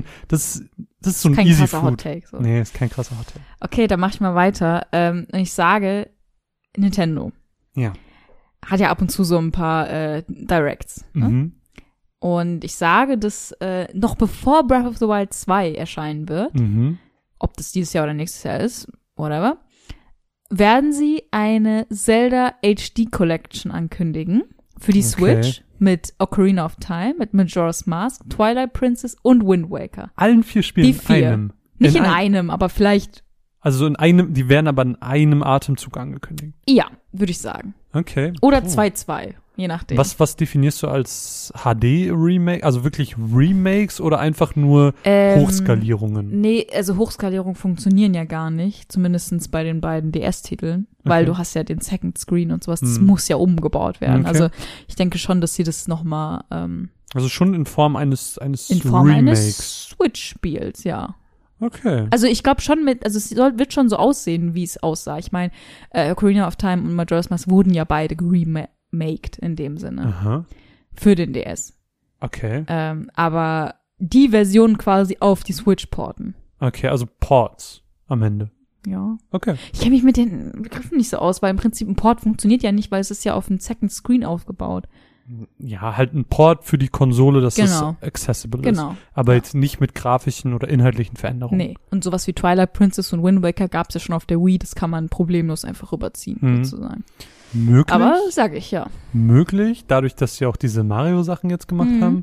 [SPEAKER 2] so ein
[SPEAKER 1] kein
[SPEAKER 2] easy
[SPEAKER 1] krasser
[SPEAKER 2] Food.
[SPEAKER 1] Hot Take, so.
[SPEAKER 2] Nee, ist kein krasser Hot Take.
[SPEAKER 1] Okay, dann mach ich mal weiter. Ich sage, Nintendo.
[SPEAKER 2] Ja.
[SPEAKER 1] Hat ja ab und zu so ein paar Directs. Ne?
[SPEAKER 2] Mhm.
[SPEAKER 1] Und ich sage, dass noch bevor Breath of the Wild 2 erscheinen wird, ob das dieses Jahr oder nächstes Jahr ist, whatever, werden sie eine Zelda HD Collection ankündigen für die Switch mit Ocarina of Time, mit Majora's Mask, Twilight Princess und Wind Waker.
[SPEAKER 2] Allen 4 Spielen
[SPEAKER 1] die 4.
[SPEAKER 2] in einem.
[SPEAKER 1] Nicht in einem, aber vielleicht.
[SPEAKER 2] Also die werden aber in einem Atemzug angekündigt.
[SPEAKER 1] Ja, würde ich sagen.
[SPEAKER 2] Okay.
[SPEAKER 1] Oder 2-2, je nachdem.
[SPEAKER 2] Was definierst du als HD-Remake? Also wirklich Remakes oder einfach nur Hochskalierungen?
[SPEAKER 1] Nee, also Hochskalierungen funktionieren ja gar nicht, zumindest bei den beiden DS-Titeln, weil du hast ja den Second Screen und sowas, das muss ja umgebaut werden. Okay. Also ich denke schon, dass sie das nochmal
[SPEAKER 2] also schon in Form eines
[SPEAKER 1] in Form eines Switch-Spiels, ja.
[SPEAKER 2] Okay.
[SPEAKER 1] Also ich glaube schon wird schon so aussehen, wie es aussah. Ich meine, Ocarina of Time und Majora's Mask wurden ja beide geremaked in dem Sinne.
[SPEAKER 2] Aha.
[SPEAKER 1] Für den DS.
[SPEAKER 2] Okay.
[SPEAKER 1] Aber die Version quasi auf die Switch porten.
[SPEAKER 2] Okay, also Ports am Ende.
[SPEAKER 1] Ja.
[SPEAKER 2] Okay.
[SPEAKER 1] Ich kenne mich mit den Begriffen nicht so aus, weil im Prinzip ein Port funktioniert ja nicht, weil es ist ja auf dem Second Screen aufgebaut.
[SPEAKER 2] Ja, halt ein Port für die Konsole, dass es accessible ist. Aber jetzt nicht mit grafischen oder inhaltlichen Veränderungen.
[SPEAKER 1] Nee, und sowas wie Twilight Princess und Wind Waker gab es ja schon auf der Wii, das kann man problemlos einfach rüberziehen, sozusagen.
[SPEAKER 2] Möglich.
[SPEAKER 1] Aber sage ich, ja.
[SPEAKER 2] Möglich, dadurch, dass sie auch diese Mario-Sachen jetzt gemacht haben.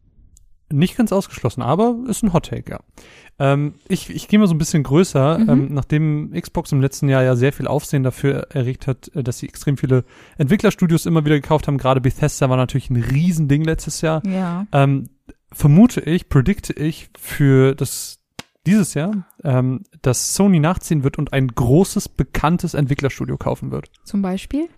[SPEAKER 2] Nicht ganz ausgeschlossen, aber ist ein Hot-Take, ja. Ich gehe mal so ein bisschen größer, nachdem Xbox im letzten Jahr ja sehr viel Aufsehen dafür erregt hat, dass sie extrem viele Entwicklerstudios immer wieder gekauft haben. Gerade Bethesda war natürlich ein Riesending letztes Jahr.
[SPEAKER 1] Ja.
[SPEAKER 2] Predikte ich für dieses Jahr, dass Sony nachziehen wird und ein großes, bekanntes Entwicklerstudio kaufen wird.
[SPEAKER 1] Zum Beispiel?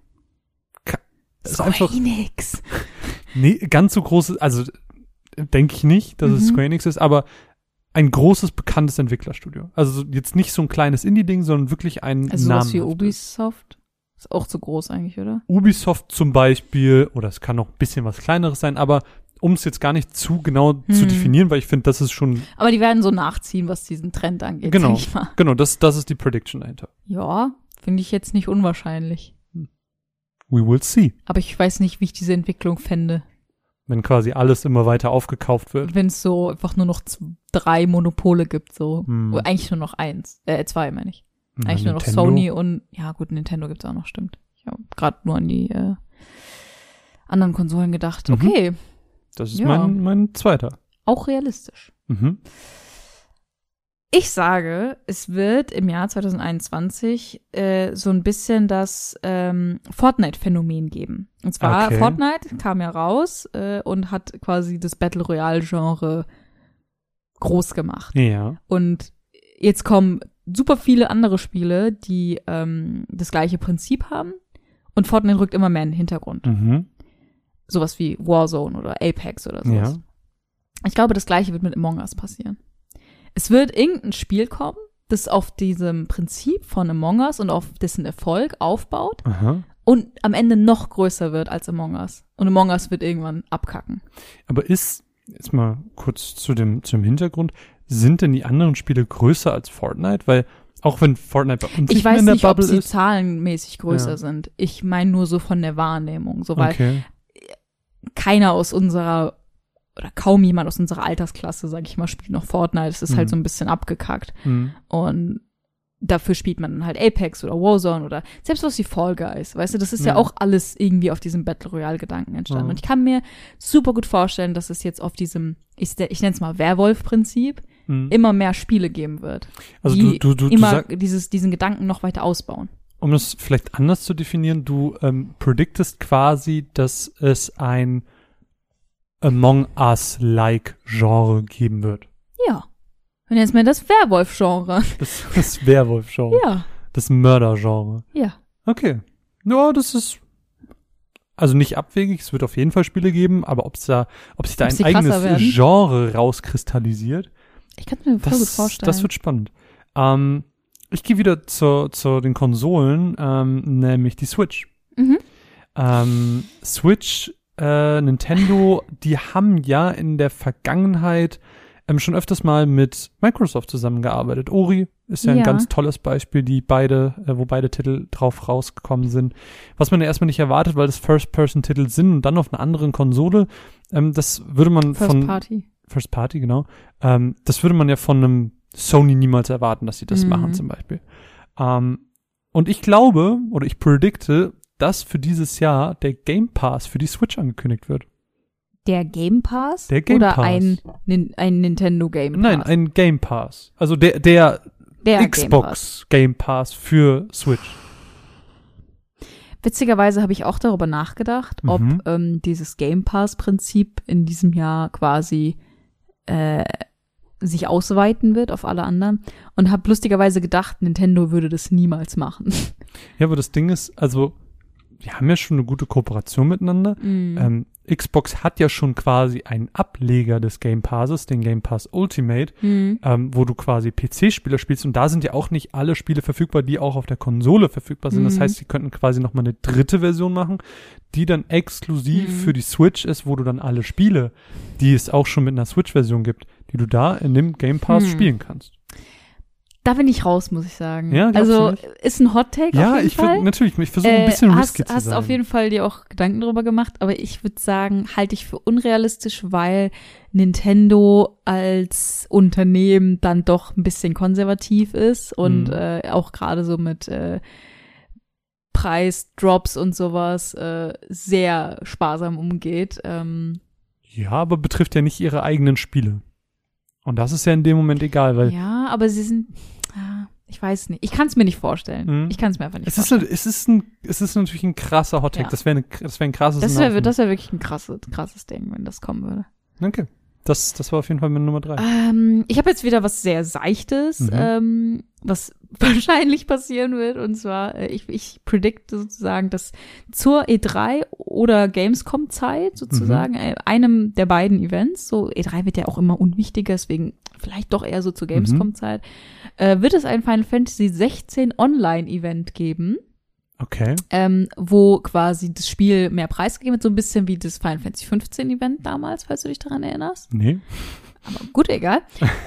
[SPEAKER 2] Square
[SPEAKER 1] Enix.
[SPEAKER 2] Nee, ganz so großes, also denke ich nicht, dass es Square Enix ist, aber ein großes, bekanntes Entwicklerstudio. Also jetzt nicht so ein kleines Indie-Ding, sondern wirklich ein
[SPEAKER 1] also sowas wie Ubisoft? Ist auch zu groß eigentlich, oder?
[SPEAKER 2] Ubisoft zum Beispiel, oder es kann noch ein bisschen was Kleineres sein, aber um es jetzt gar nicht zu genau zu definieren, weil ich finde, das ist schon...
[SPEAKER 1] Aber die werden so nachziehen, was diesen Trend angeht.
[SPEAKER 2] Genau, das ist die Prediction dahinter.
[SPEAKER 1] Ja, finde ich jetzt nicht unwahrscheinlich.
[SPEAKER 2] We will see.
[SPEAKER 1] Aber ich weiß nicht, wie ich diese Entwicklung fände.
[SPEAKER 2] Wenn quasi alles immer weiter aufgekauft wird.
[SPEAKER 1] Wenn es so einfach nur noch 3 Monopole gibt, so. Oder eigentlich nur noch 2, meine ich. Eigentlich nur noch Sony und, ja gut, Nintendo gibt's auch noch, stimmt. Ich habe gerade nur an die anderen Konsolen gedacht. Okay.
[SPEAKER 2] Das ist mein zweiter.
[SPEAKER 1] Auch realistisch. Ich sage, es wird im Jahr 2021 so ein bisschen das Fortnite-Phänomen geben. Und zwar, Fortnite kam ja raus und hat quasi das Battle Royale-Genre groß gemacht.
[SPEAKER 2] Ja.
[SPEAKER 1] Und jetzt kommen super viele andere Spiele, die das gleiche Prinzip haben. Und Fortnite rückt immer mehr in den Hintergrund. Sowas wie Warzone oder Apex oder sowas.
[SPEAKER 2] Ja.
[SPEAKER 1] Ich glaube, das Gleiche wird mit Among Us passieren. Es wird irgendein Spiel kommen, das auf diesem Prinzip von Among Us und auf dessen Erfolg aufbaut und am Ende noch größer wird als Among Us. Und Among Us wird irgendwann abkacken.
[SPEAKER 2] Aber jetzt mal kurz zu dem Hintergrund, sind denn die anderen Spiele größer als Fortnite? Weil auch wenn Fortnite bei uns
[SPEAKER 1] ich weiß
[SPEAKER 2] in der
[SPEAKER 1] nicht,
[SPEAKER 2] Bubble
[SPEAKER 1] ob sie
[SPEAKER 2] ist,
[SPEAKER 1] zahlenmäßig größer sind. Ich meine nur so von der Wahrnehmung. So, weil keiner aus unserer oder kaum jemand aus unserer Altersklasse, sag ich mal, spielt noch Fortnite. Es ist halt so ein bisschen abgekackt. Und dafür spielt man dann halt Apex oder Warzone oder selbst was wie Fall Guys. Weißt du, das ist ja auch alles irgendwie auf diesem Battle Royale-Gedanken entstanden. Und ich kann mir super gut vorstellen, dass es jetzt auf diesem, ich nenne es mal Werwolf-Prinzip, immer mehr Spiele geben wird.
[SPEAKER 2] Also
[SPEAKER 1] die
[SPEAKER 2] du
[SPEAKER 1] immer diesen Gedanken noch weiter ausbauen.
[SPEAKER 2] Um das vielleicht anders zu definieren, du prediktest quasi, dass es ein Among Us-like Genre geben wird.
[SPEAKER 1] Ja. Und jetzt mal das Werwolf-Genre.
[SPEAKER 2] Das Werwolf-Genre.
[SPEAKER 1] Ja.
[SPEAKER 2] Das Mörder-Genre.
[SPEAKER 1] Ja.
[SPEAKER 2] Okay. Ja, das ist also nicht abwegig. Es wird auf jeden Fall Spiele geben, aber ob sich da ein eigenes Genre rauskristallisiert,
[SPEAKER 1] ich kann mir voll gut vorstellen.
[SPEAKER 2] Das wird spannend. Ich gehe wieder zu den Konsolen, nämlich die Switch. Switch, Nintendo, die haben ja in der Vergangenheit schon öfters mal mit Microsoft zusammengearbeitet. Ori ist ja ein ganz tolles Beispiel, wo beide Titel drauf rausgekommen sind. Was man ja erstmal nicht erwartet, weil das First-Person-Titel sind und dann auf einer anderen Konsole, das würde man First Party, genau. Das würde man ja von einem Sony niemals erwarten, dass sie das machen zum Beispiel. Und ich glaube, oder ich predikte, dass für dieses Jahr der Game Pass für die Switch angekündigt wird.
[SPEAKER 1] Der Game Pass?
[SPEAKER 2] Der Game
[SPEAKER 1] Pass.
[SPEAKER 2] Oder
[SPEAKER 1] ein Nintendo Game Pass?
[SPEAKER 2] Nein, ein Game Pass. Also der Xbox Game Pass für Switch.
[SPEAKER 1] Witzigerweise habe ich auch darüber nachgedacht, ob dieses Game Pass-Prinzip in diesem Jahr quasi sich ausweiten wird auf alle anderen und habe lustigerweise gedacht, Nintendo würde das niemals machen.
[SPEAKER 2] Ja, aber das Ding ist, also wir haben ja schon eine gute Kooperation miteinander. Xbox hat ja schon quasi einen Ableger des Game Passes, den Game Pass Ultimate, wo du quasi PC-Spiele spielst und da sind ja auch nicht alle Spiele verfügbar, die auch auf der Konsole verfügbar sind. Das heißt, sie könnten quasi nochmal eine dritte Version machen, die dann exklusiv für die Switch ist, wo du dann alle Spiele, die es auch schon mit einer Switch-Version gibt, die du da in dem Game Pass spielen kannst.
[SPEAKER 1] Da bin ich raus, muss ich sagen.
[SPEAKER 2] Ja,
[SPEAKER 1] also ist ein Hot-Take auf jeden Fall.
[SPEAKER 2] Natürlich, ich versuche ein bisschen risky zu sein.
[SPEAKER 1] Hast auf jeden Fall dir auch Gedanken drüber gemacht, aber ich würde sagen, halte ich für unrealistisch, weil Nintendo als Unternehmen dann doch ein bisschen konservativ ist und auch gerade so mit Preisdrops und sowas sehr sparsam umgeht.
[SPEAKER 2] Ja, aber betrifft ja nicht ihre eigenen Spiele. Und das ist ja in dem Moment egal, weil...
[SPEAKER 1] Ja, aber sie sind... ich weiß nicht. Ich kann es mir nicht vorstellen. Ich kann es mir einfach nicht vorstellen.
[SPEAKER 2] Es ist natürlich ein krasser Hottake. Ja. Das wäre ein krasses
[SPEAKER 1] Das wäre wirklich ein krasses Ding, wenn das kommen würde.
[SPEAKER 2] Okay. Das war auf jeden Fall meine Nummer 3.
[SPEAKER 1] Ich habe jetzt wieder was sehr Seichtes, was wahrscheinlich passieren wird. Und zwar, ich predikte sozusagen, dass zur E3 oder Gamescom-Zeit sozusagen, einem der beiden Events, so E3 wird ja auch immer unwichtiger, deswegen vielleicht doch eher so zur Gamescom-Zeit, wird es ein Final Fantasy 16 Online-Event geben.
[SPEAKER 2] Okay.
[SPEAKER 1] Wo quasi das Spiel mehr preisgegeben wird, so ein bisschen wie das Final Fantasy 15 Event damals, falls du dich daran erinnerst.
[SPEAKER 2] Nee.
[SPEAKER 1] Aber gut, egal.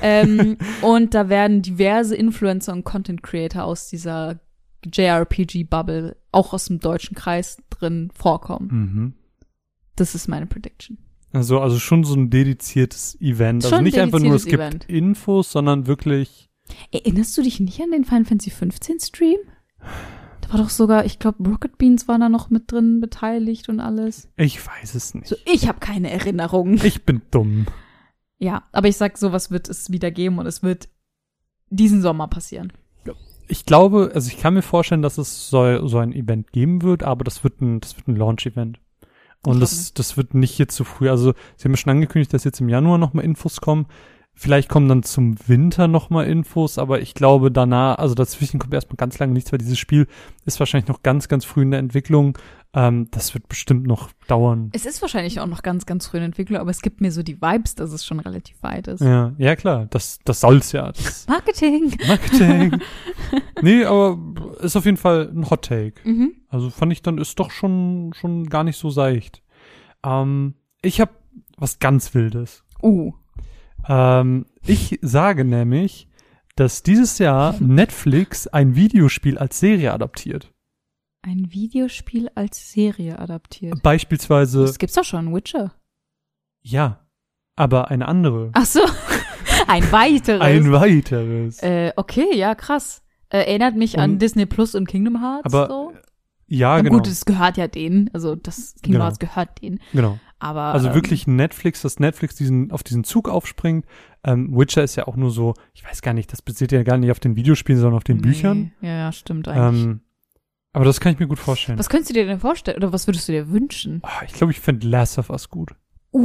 [SPEAKER 1] Und da werden diverse Influencer und Content Creator aus dieser JRPG-Bubble, auch aus dem deutschen Kreis drin, vorkommen. Das ist meine Prediction.
[SPEAKER 2] Also schon so ein dediziertes Event. Also nicht einfach nur, es gibt Infos, sondern wirklich.
[SPEAKER 1] Erinnerst du dich nicht an den Final Fantasy 15 Stream? Da war doch sogar, ich glaube, Rocket Beans war da noch mit drin beteiligt und alles.
[SPEAKER 2] Ich weiß es nicht.
[SPEAKER 1] So, ich habe keine Erinnerungen.
[SPEAKER 2] Ich bin dumm.
[SPEAKER 1] Ja, aber ich sag, sowas wird es wieder geben und es wird diesen Sommer passieren.
[SPEAKER 2] Ich glaube, also ich kann mir vorstellen, dass es so ein Event geben wird, aber das wird ein Launch-Event. Und das wird nicht jetzt zu früh. Also sie haben schon angekündigt, dass jetzt im Januar nochmal Infos kommen. Vielleicht kommen dann zum Winter nochmal Infos, aber ich glaube danach, also dazwischen kommt erstmal ganz lange nichts, weil dieses Spiel ist wahrscheinlich noch ganz, ganz früh in der Entwicklung. Das wird bestimmt noch dauern.
[SPEAKER 1] Es ist wahrscheinlich auch noch ganz, ganz früh in der Entwicklung, aber es gibt mir so die Vibes, dass es schon relativ weit ist.
[SPEAKER 2] Ja klar, das soll's ja.
[SPEAKER 1] Marketing.
[SPEAKER 2] Nee, aber ist auf jeden Fall ein Hot Take. Also fand ich dann, ist doch schon gar nicht so seicht. Ich habe was ganz Wildes. Ich sage nämlich, dass dieses Jahr Netflix ein Videospiel als Serie adaptiert.
[SPEAKER 1] Ein Videospiel als Serie adaptiert?
[SPEAKER 2] Beispielsweise.
[SPEAKER 1] Das gibt's doch schon, Witcher.
[SPEAKER 2] Ja, aber eine andere.
[SPEAKER 1] Ach so, ein weiteres. Okay, ja, krass. Erinnert mich an Disney Plus und Kingdom Hearts.
[SPEAKER 2] Aber,
[SPEAKER 1] so.
[SPEAKER 2] Ja,
[SPEAKER 1] und
[SPEAKER 2] genau.
[SPEAKER 1] Gut, es gehört ja denen. Also das Kingdom Hearts gehört denen.
[SPEAKER 2] Genau.
[SPEAKER 1] Aber,
[SPEAKER 2] also wirklich dass Netflix auf diesen Zug aufspringt. Witcher ist ja auch nur so, ich weiß gar nicht, das basiert ja gar nicht auf den Videospielen, sondern auf den Büchern.
[SPEAKER 1] Ja, stimmt eigentlich.
[SPEAKER 2] Aber das kann ich mir gut vorstellen.
[SPEAKER 1] Was könntest du dir denn vorstellen? Oder was würdest du dir wünschen?
[SPEAKER 2] Ich glaube, ich fände Last of Us gut.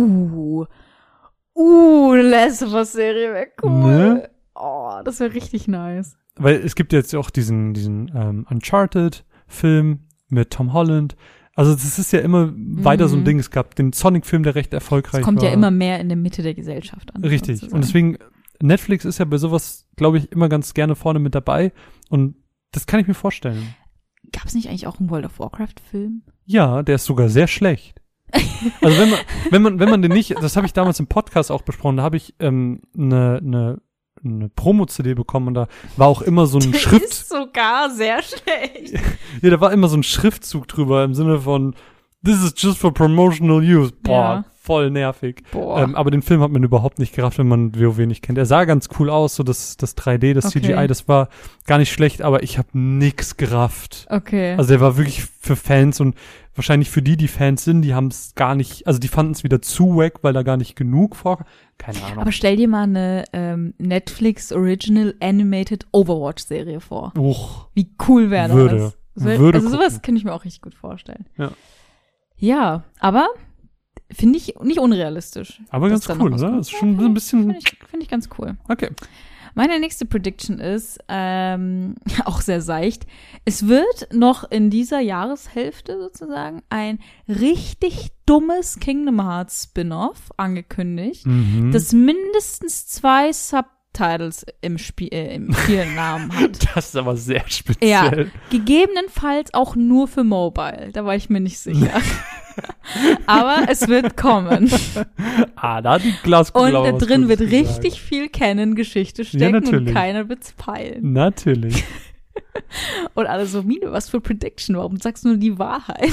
[SPEAKER 1] Last of Us Serie wäre cool.
[SPEAKER 2] Ne?
[SPEAKER 1] Oh, das wäre richtig nice.
[SPEAKER 2] Weil es gibt jetzt auch diesen Uncharted Film mit Tom Holland. Also das ist ja immer weiter so ein Ding. Es gab den Sonic-Film, der recht erfolgreich war.
[SPEAKER 1] Es kommt ja immer mehr in der Mitte der Gesellschaft an.
[SPEAKER 2] Richtig.
[SPEAKER 1] Sozusagen.
[SPEAKER 2] Und deswegen, Netflix ist ja bei sowas, glaube ich, immer ganz gerne vorne mit dabei. Und das kann ich mir vorstellen.
[SPEAKER 1] Gab es nicht eigentlich auch einen World of Warcraft-Film?
[SPEAKER 2] Ja, der ist sogar sehr schlecht. Also wenn man den nicht, das habe ich damals im Podcast auch besprochen, da habe ich eine Promo-CD bekommen und da war auch immer so ein
[SPEAKER 1] Der ist sogar sehr schlecht.
[SPEAKER 2] Ja, da war immer so ein Schriftzug drüber im Sinne von This is just for promotional use. Boah, voll nervig. Aber den Film hat man überhaupt nicht gerafft, wenn man WoW nicht kennt. Er sah ganz cool aus, so das 3D, das CGI, das war gar nicht schlecht, aber ich habe nix gerafft.
[SPEAKER 1] Okay.
[SPEAKER 2] Also der war wirklich für Fans und wahrscheinlich für die Fans sind, die haben es gar nicht, also die fanden es wieder zu wack, weil da gar nicht genug vor. Keine Ahnung.
[SPEAKER 1] Aber stell dir mal eine Netflix Original Animated Overwatch Serie vor. Wie cool wäre das? Also sowas kann ich mir auch richtig gut vorstellen. Ja, aber finde ich nicht unrealistisch.
[SPEAKER 2] Aber ganz cool, oder? Das ist schon ein bisschen.
[SPEAKER 1] Finde ich ganz cool.
[SPEAKER 2] Okay.
[SPEAKER 1] Meine nächste Prediction ist, auch sehr seicht, es wird noch in dieser Jahreshälfte sozusagen ein richtig dummes Kingdom Hearts Spin-off angekündigt, das mindestens 2 Subtitles im Spielnamen hat.
[SPEAKER 2] Das ist aber sehr speziell.
[SPEAKER 1] Ja, gegebenenfalls auch nur für Mobile, da war ich mir nicht sicher. Aber es wird kommen.
[SPEAKER 2] Da hat die Glaskugel.
[SPEAKER 1] Und da drin wird richtig viel Canon-Geschichte stecken und keiner wird's peilen.
[SPEAKER 2] Natürlich.
[SPEAKER 1] Und alle so, Mine, was für Prediction? Warum sagst du nur die Wahrheit?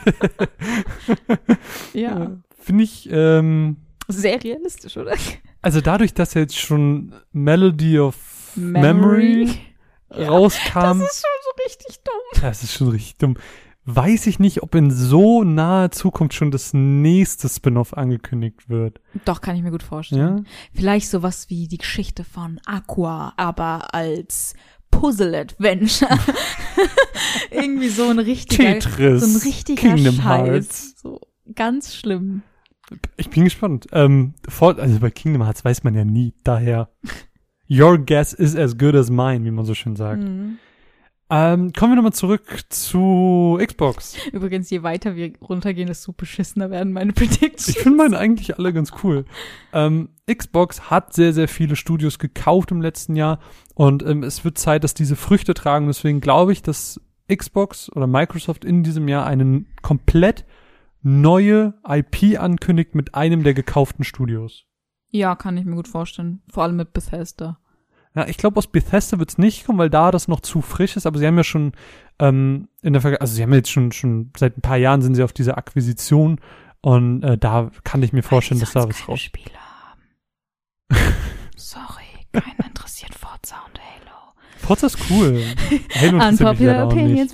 [SPEAKER 1] Ja.
[SPEAKER 2] Finde ich
[SPEAKER 1] sehr realistisch, oder?
[SPEAKER 2] Also dadurch, dass jetzt schon Melody of Memory rauskam.
[SPEAKER 1] Das ist schon so richtig dumm.
[SPEAKER 2] Das ist schon richtig dumm. Weiß ich nicht, ob in so naher Zukunft schon das nächste Spin-off angekündigt wird.
[SPEAKER 1] Doch, kann ich mir gut vorstellen. Ja? Vielleicht sowas wie die Geschichte von Aqua, aber als Puzzle-Adventure. Irgendwie so ein richtiger
[SPEAKER 2] Tetris,
[SPEAKER 1] so ein richtiger
[SPEAKER 2] Kingdom
[SPEAKER 1] Scheiß.
[SPEAKER 2] Hearts.
[SPEAKER 1] So ganz schlimm.
[SPEAKER 2] Ich bin gespannt. Also bei Kingdom Hearts weiß man ja nie, daher your guess is as good as mine, wie man so schön sagt. Kommen wir nochmal zurück zu Xbox.
[SPEAKER 1] Übrigens, je weiter wir runtergehen, desto beschissener werden meine Predictions.
[SPEAKER 2] Ich finde meine eigentlich alle ganz cool. Xbox hat sehr, sehr viele Studios gekauft im letzten Jahr und es wird Zeit, dass diese Früchte tragen. Deswegen glaube ich, dass Xbox oder Microsoft in diesem Jahr eine komplett neue IP ankündigt mit einem der gekauften Studios.
[SPEAKER 1] Ja, kann ich mir gut vorstellen. Vor allem mit Bethesda.
[SPEAKER 2] Ja, ich glaube, aus Bethesda wird's nicht kommen, weil da das noch zu frisch ist, aber sie haben ja schon in der Vergangenheit, also sie haben jetzt schon seit ein paar Jahren sind sie auf dieser Akquisition und da kann ich mir vorstellen, dass da was raus.
[SPEAKER 1] Spiele haben. Sorry, keinen interessiert Forza und Halo.
[SPEAKER 2] Forza ist cool. Halo interessiert mich leider auch nicht.
[SPEAKER 1] Mit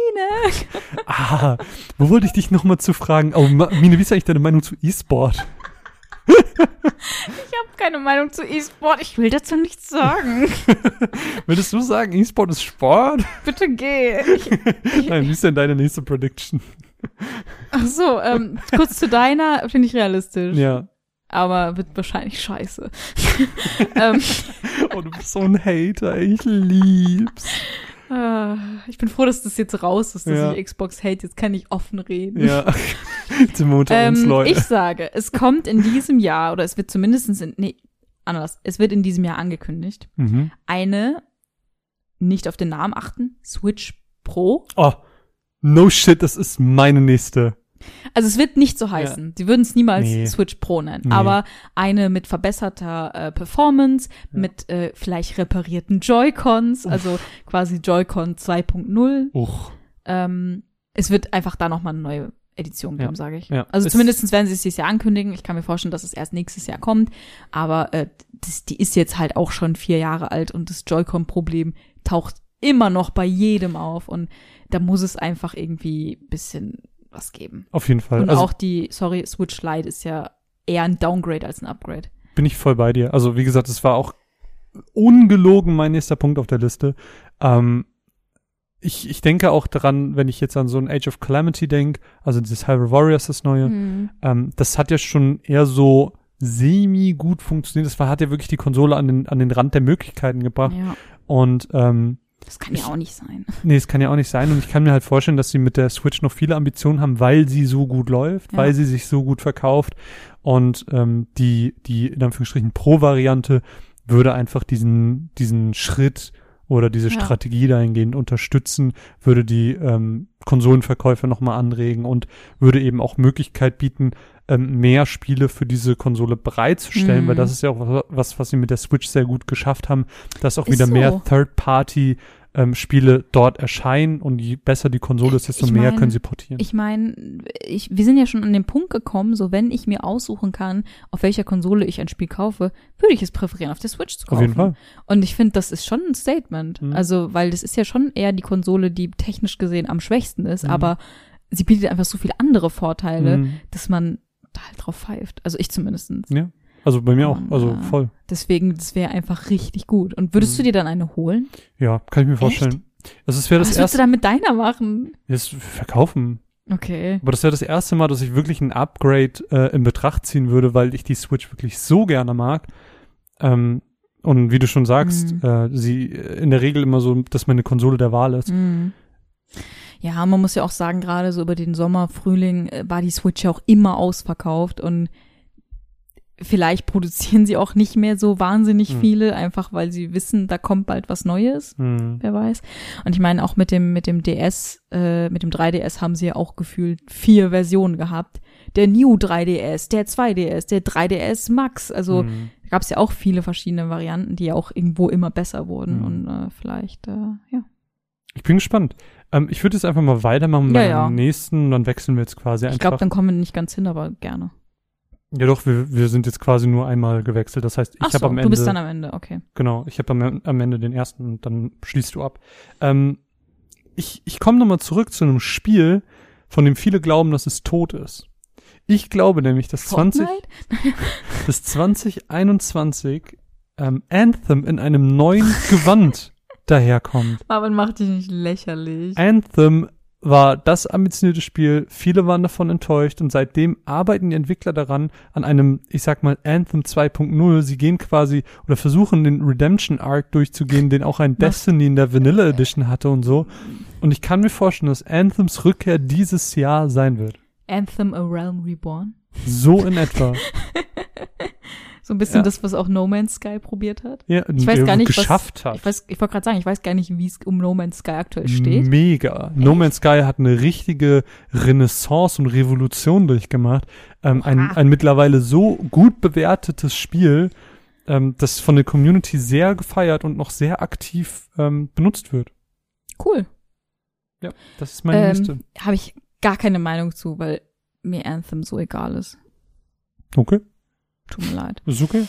[SPEAKER 1] Mine.
[SPEAKER 2] Wo wollte ich dich nochmal zu fragen? Oh, Mine, wie ist eigentlich deine Meinung zu E-Sport?
[SPEAKER 1] Ich habe keine Meinung zu E-Sport. Ich will dazu nichts sagen.
[SPEAKER 2] Würdest du sagen, E-Sport ist Sport?
[SPEAKER 1] Bitte geh.
[SPEAKER 2] Nein, wie ist denn deine nächste Prediction?
[SPEAKER 1] Ach so, kurz zu deiner, finde ich realistisch.
[SPEAKER 2] Ja.
[SPEAKER 1] Aber wird wahrscheinlich scheiße.
[SPEAKER 2] Oh, du bist so ein Hater. Ich lieb's.
[SPEAKER 1] Ich bin froh, dass das jetzt raus ist, dass ich Xbox hate. Jetzt kann ich offen reden.
[SPEAKER 2] Ja. Jetzt sind wir unter uns, Leute.
[SPEAKER 1] Ich sage, es kommt in diesem Jahr, oder es wird zumindest es wird in diesem Jahr angekündigt, eine, nicht auf den Namen achten, Switch Pro.
[SPEAKER 2] Oh, no shit, das ist meine nächste.
[SPEAKER 1] Also es wird nicht so heißen. Sie würden es niemals Switch Pro nennen. Aber eine mit verbesserter Performance, mit vielleicht reparierten Joy-Cons, also quasi Joy-Con 2.0. Es wird einfach da nochmal eine neue Edition geben, sage ich.
[SPEAKER 2] Ja.
[SPEAKER 1] Also zumindest werden sie es dieses Jahr ankündigen. Ich kann mir vorstellen, dass es erst nächstes Jahr kommt. Aber die ist jetzt halt auch schon 4 Jahre alt und das Joy-Con-Problem taucht immer noch bei jedem auf. Und da muss es einfach irgendwie ein bisschen was geben.
[SPEAKER 2] Auf jeden Fall.
[SPEAKER 1] Und auch Switch Lite ist ja eher ein Downgrade als ein Upgrade.
[SPEAKER 2] Bin ich voll bei dir. Also wie gesagt, es war auch ungelogen mein nächster Punkt auf der Liste. Ich denke auch daran, wenn ich jetzt an so ein Age of Calamity denke, also dieses Hyrule Warriors, das neue, das hat ja schon eher so semi gut funktioniert. Das hat ja wirklich die Konsole an den Rand der Möglichkeiten gebracht.
[SPEAKER 1] Ja.
[SPEAKER 2] Und
[SPEAKER 1] Das kann ja auch nicht sein.
[SPEAKER 2] Nee, es kann ja auch nicht sein. Und ich kann mir halt vorstellen, dass sie mit der Switch noch viele Ambitionen haben, weil sie so gut läuft, weil sie sich so gut verkauft. Und die in Anführungsstrichen Pro-Variante würde einfach diesen Schritt oder diese Strategie dahingehend unterstützen, würde die Konsolenverkäufe nochmal anregen und würde eben auch Möglichkeit bieten, mehr Spiele für diese Konsole bereitzustellen, weil das ist ja auch was sie mit der Switch sehr gut geschafft haben, dass auch wieder mehr Third-Party Spiele dort erscheinen und je besser die Konsole ist, desto mehr können sie portieren.
[SPEAKER 1] Ich meine, wir sind ja schon an den Punkt gekommen, so wenn ich mir aussuchen kann, auf welcher Konsole ich ein Spiel kaufe, würde ich es präferieren, auf der Switch zu kaufen.
[SPEAKER 2] Auf jeden Fall.
[SPEAKER 1] Und ich finde, das ist schon ein Statement. Also, weil das ist ja schon eher die Konsole, die technisch gesehen am schwächsten ist, aber sie bietet einfach so viele andere Vorteile, dass man da halt drauf pfeift. Also ich zumindestens.
[SPEAKER 2] Ja. Also bei mir auch, also voll.
[SPEAKER 1] Deswegen, das wäre einfach richtig gut. Und würdest du dir dann eine holen?
[SPEAKER 2] Ja, kann ich mir vorstellen. Also es wäre das
[SPEAKER 1] Was würdest du dann mit deiner machen?
[SPEAKER 2] Das verkaufen.
[SPEAKER 1] Okay.
[SPEAKER 2] Aber das wäre das erste Mal, dass ich wirklich ein Upgrade in Betracht ziehen würde, weil ich die Switch wirklich so gerne mag. Und wie du schon sagst, sie in der Regel immer so, dass meine Konsole der Wahl ist.
[SPEAKER 1] Ja, man muss ja auch sagen, gerade so über den Sommer, Frühling war die Switch ja auch immer ausverkauft und vielleicht produzieren sie auch nicht mehr so wahnsinnig viele, einfach weil sie wissen, da kommt bald was Neues, wer weiß. Und ich meine, auch mit dem DS, mit dem 3DS haben sie ja auch gefühlt 4 Versionen gehabt. Der New 3DS, der 2DS, der 3DS Max, also da gab es ja auch viele verschiedene Varianten, die ja auch irgendwo immer besser wurden und vielleicht, ja.
[SPEAKER 2] Ich bin gespannt. Ich würde jetzt einfach mal weitermachen bei dem nächsten, dann wechseln wir jetzt quasi einfach.
[SPEAKER 1] Ich glaube, dann kommen wir nicht ganz hin, aber gerne.
[SPEAKER 2] Ja doch, wir sind jetzt quasi nur einmal gewechselt. Das heißt, ich habe am Ende.
[SPEAKER 1] Du bist dann am Ende, okay.
[SPEAKER 2] Genau, ich habe am Ende den ersten und dann schließt du ab. Ich komme nochmal zurück zu einem Spiel, von dem viele glauben, dass es tot ist. Ich glaube nämlich, dass 2021 Anthem in einem neuen Gewand daherkommt.
[SPEAKER 1] Aber macht dich nicht lächerlich.
[SPEAKER 2] Anthem war das ambitionierte Spiel, viele waren davon enttäuscht und seitdem arbeiten die Entwickler daran, an einem, ich sag mal, Anthem 2.0. Sie gehen quasi oder versuchen den Redemption Arc durchzugehen, den auch ein Destiny in der Vanilla Edition hatte und so. Und ich kann mir vorstellen, dass Anthems Rückkehr dieses Jahr sein wird.
[SPEAKER 1] Anthem A Realm Reborn?
[SPEAKER 2] So in etwa.
[SPEAKER 1] So ein bisschen das, was auch No Man's Sky probiert hat.
[SPEAKER 2] Ja,
[SPEAKER 1] ich weiß gar nicht,
[SPEAKER 2] geschafft hat.
[SPEAKER 1] Ich wollte gerade sagen, ich weiß gar nicht, wie es um No Man's Sky aktuell steht.
[SPEAKER 2] Mega. Echt? No Man's Sky hat eine richtige Renaissance und Revolution durchgemacht. Ein mittlerweile so gut bewertetes Spiel, das von der Community sehr gefeiert und noch sehr aktiv benutzt wird.
[SPEAKER 1] Cool.
[SPEAKER 2] Ja, das ist meine Liste.
[SPEAKER 1] Habe ich gar keine Meinung zu, weil mir Anthem so egal ist.
[SPEAKER 2] Okay.
[SPEAKER 1] Tut mir leid.
[SPEAKER 2] Ist okay.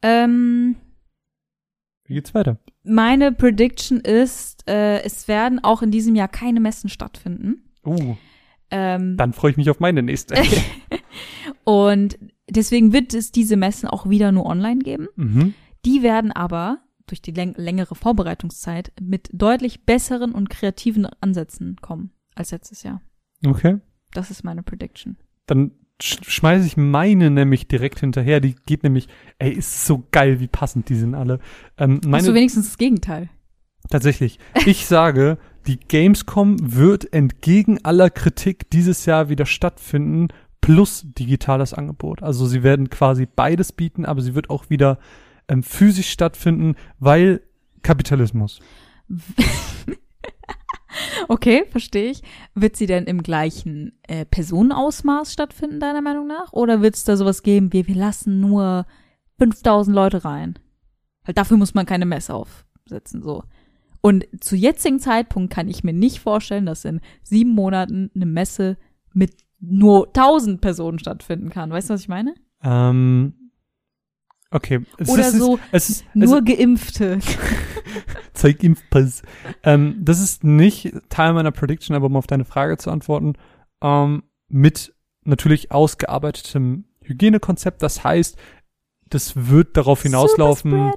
[SPEAKER 2] Wie geht's weiter?
[SPEAKER 1] Meine Prediction ist, es werden auch in diesem Jahr keine Messen stattfinden.
[SPEAKER 2] Dann freue ich mich auf meine nächste.
[SPEAKER 1] Und deswegen wird es diese Messen auch wieder nur online geben. Die werden aber durch die längere Vorbereitungszeit mit deutlich besseren und kreativen Ansätzen kommen als letztes Jahr.
[SPEAKER 2] Okay.
[SPEAKER 1] Das ist meine Prediction.
[SPEAKER 2] Dann schmeiße ich meine nämlich direkt hinterher. Die geht nämlich, ist so geil, wie passend die sind alle.
[SPEAKER 1] Hast du wenigstens das Gegenteil?
[SPEAKER 2] Tatsächlich. Ich sage, die Gamescom wird entgegen aller Kritik dieses Jahr wieder stattfinden, plus digitales Angebot. Also sie werden quasi beides bieten, aber sie wird auch wieder physisch stattfinden, weil Kapitalismus.
[SPEAKER 1] Okay, verstehe ich. Wird sie denn im gleichen Personenausmaß stattfinden, deiner Meinung nach? Oder wird es da sowas geben wie, wir lassen nur 5000 Leute rein? Weil dafür muss man keine Messe aufsetzen, so. Und zu jetzigen Zeitpunkt kann ich mir nicht vorstellen, dass in 7 Monaten eine Messe mit nur 1000 Personen stattfinden kann. Weißt du, was ich meine?
[SPEAKER 2] Okay.
[SPEAKER 1] Nur Geimpfte.
[SPEAKER 2] Zeig Impfpass. Das ist nicht Teil meiner Prediction, aber um auf deine Frage zu antworten, mit natürlich ausgearbeitetem Hygienekonzept. Das heißt, das wird darauf hinauslaufen,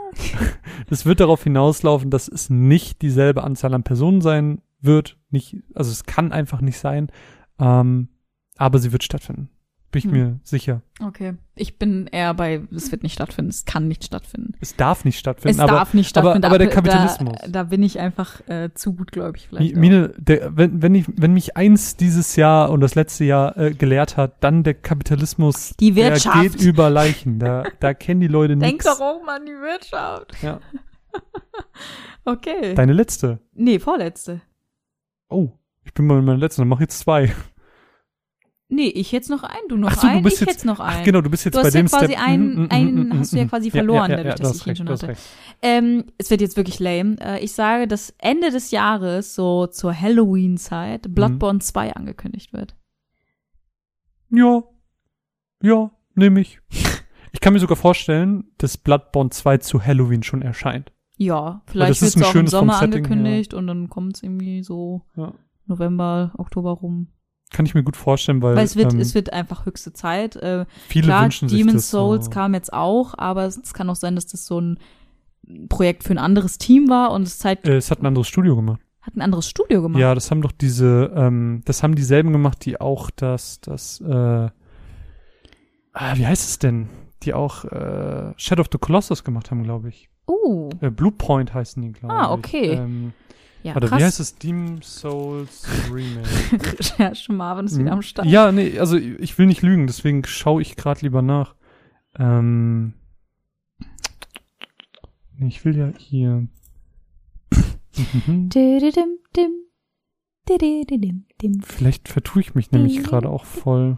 [SPEAKER 2] dass es nicht dieselbe Anzahl an Personen sein wird. Also es kann einfach nicht sein. Aber sie wird stattfinden. Bin ich mir sicher.
[SPEAKER 1] Okay. Ich bin eher bei, es wird nicht stattfinden. Es kann nicht stattfinden.
[SPEAKER 2] Es darf nicht stattfinden.
[SPEAKER 1] Aber
[SPEAKER 2] der Kapitalismus.
[SPEAKER 1] Da bin ich einfach zu gutgläubig vielleicht.
[SPEAKER 2] Mine, wenn mich eins dieses Jahr und das letzte Jahr gelehrt hat, dann der Kapitalismus,
[SPEAKER 1] die Wirtschaft.
[SPEAKER 2] Der geht über Leichen. Da kennen die Leute nichts.
[SPEAKER 1] Denk doch auch mal an die Wirtschaft.
[SPEAKER 2] Ja.
[SPEAKER 1] Okay.
[SPEAKER 2] Deine letzte?
[SPEAKER 1] Nee, vorletzte.
[SPEAKER 2] Oh, ich bin mal in meiner letzten. Dann mach ich jetzt 2.
[SPEAKER 1] Nee, ich jetzt noch einen, du noch
[SPEAKER 2] so,
[SPEAKER 1] einen,
[SPEAKER 2] ich
[SPEAKER 1] jetzt noch einen.
[SPEAKER 2] Ach genau, du bist jetzt
[SPEAKER 1] bei
[SPEAKER 2] dem
[SPEAKER 1] Step. Du hast
[SPEAKER 2] ja
[SPEAKER 1] quasi hast du ja quasi verloren, dadurch, dass ich ihn schon
[SPEAKER 2] hatte.
[SPEAKER 1] Es wird jetzt wirklich lame. Ich sage, dass Ende des Jahres, so zur Halloween-Zeit, Bloodborne 2 angekündigt wird.
[SPEAKER 2] Ja, nehme ich. Ich kann mir sogar vorstellen, dass Bloodborne 2 zu Halloween schon erscheint.
[SPEAKER 1] Ja, vielleicht wird es auch im Sommer angekündigt und dann kommt es irgendwie so November, Oktober rum.
[SPEAKER 2] Kann ich mir gut vorstellen, weil
[SPEAKER 1] es wird einfach höchste Zeit.
[SPEAKER 2] Viele
[SPEAKER 1] klar,
[SPEAKER 2] wünschen sich
[SPEAKER 1] Demon's
[SPEAKER 2] das
[SPEAKER 1] Souls kam jetzt auch, aber es kann auch sein, dass das so ein Projekt für ein anderes Team war und es hat
[SPEAKER 2] ein anderes Studio gemacht.
[SPEAKER 1] Hat ein anderes Studio gemacht?
[SPEAKER 2] Ja, das haben doch das haben dieselben gemacht, die auch wie heißt es denn? Die auch Shadow of the Colossus gemacht haben, glaube ich. Bluepoint heißen die, glaube ich.
[SPEAKER 1] Okay. Ja,
[SPEAKER 2] krass. Wie heißt es? Demon's Souls Remake.
[SPEAKER 1] Recherche Marvin ist wieder am Start.
[SPEAKER 2] Ja, nee, also ich will nicht lügen, deswegen schaue ich gerade lieber nach. Ich will ja hier. Vielleicht vertue ich mich nämlich gerade auch voll.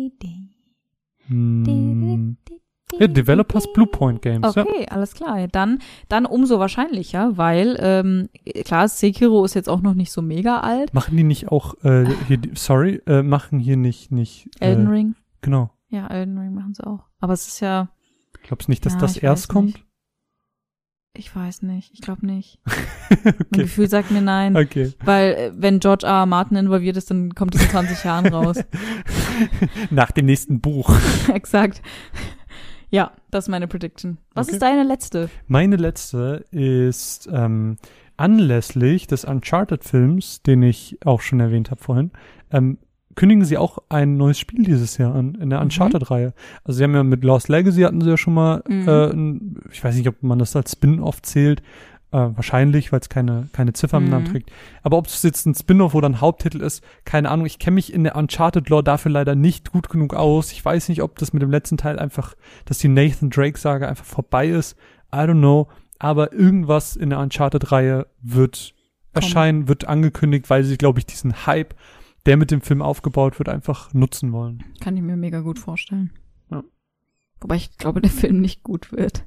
[SPEAKER 2] Ja, Developers Bluepoint Games.
[SPEAKER 1] Okay, alles klar. Dann umso wahrscheinlicher, weil, klar, Sekiro ist jetzt auch noch nicht so mega alt.
[SPEAKER 2] Machen die nicht auch, machen hier nicht
[SPEAKER 1] Elden Ring?
[SPEAKER 2] Genau.
[SPEAKER 1] Ja, Elden Ring machen sie auch. Aber es ist ja.
[SPEAKER 2] Glaubst du nicht, dass das erst kommt?
[SPEAKER 1] Ich weiß nicht. Ich glaube nicht. Okay. Mein Gefühl sagt mir nein.
[SPEAKER 2] Okay.
[SPEAKER 1] Weil, wenn George R. R. Martin involviert ist, dann kommt es in 20 Jahren raus.
[SPEAKER 2] Nach dem nächsten Buch.
[SPEAKER 1] Exakt. Ja, das ist meine Prediction. Was ist deine letzte?
[SPEAKER 2] Meine letzte ist anlässlich des Uncharted-Films, den ich auch schon erwähnt habe vorhin, kündigen sie auch ein neues Spiel dieses Jahr an, in der Uncharted-Reihe. Also sie haben ja mit Lost Legacy hatten sie ja schon mal, ich weiß nicht, ob man das als Spin-Off zählt, wahrscheinlich, weil es keine Ziffer im Namen trägt. Aber ob es jetzt ein Spin-Off oder ein Haupttitel ist, keine Ahnung. Ich kenne mich in der Uncharted-Lore dafür leider nicht gut genug aus. Ich weiß nicht, ob das mit dem letzten Teil einfach, dass die Nathan Drake-Saga einfach vorbei ist. I don't know. Aber irgendwas in der Uncharted-Reihe wird erscheinen, wird angekündigt, weil sie, glaube ich, diesen Hype, der mit dem Film aufgebaut wird, einfach nutzen wollen.
[SPEAKER 1] Kann ich mir mega gut vorstellen.
[SPEAKER 2] Ja.
[SPEAKER 1] Wobei ich glaube, der Film nicht gut wird.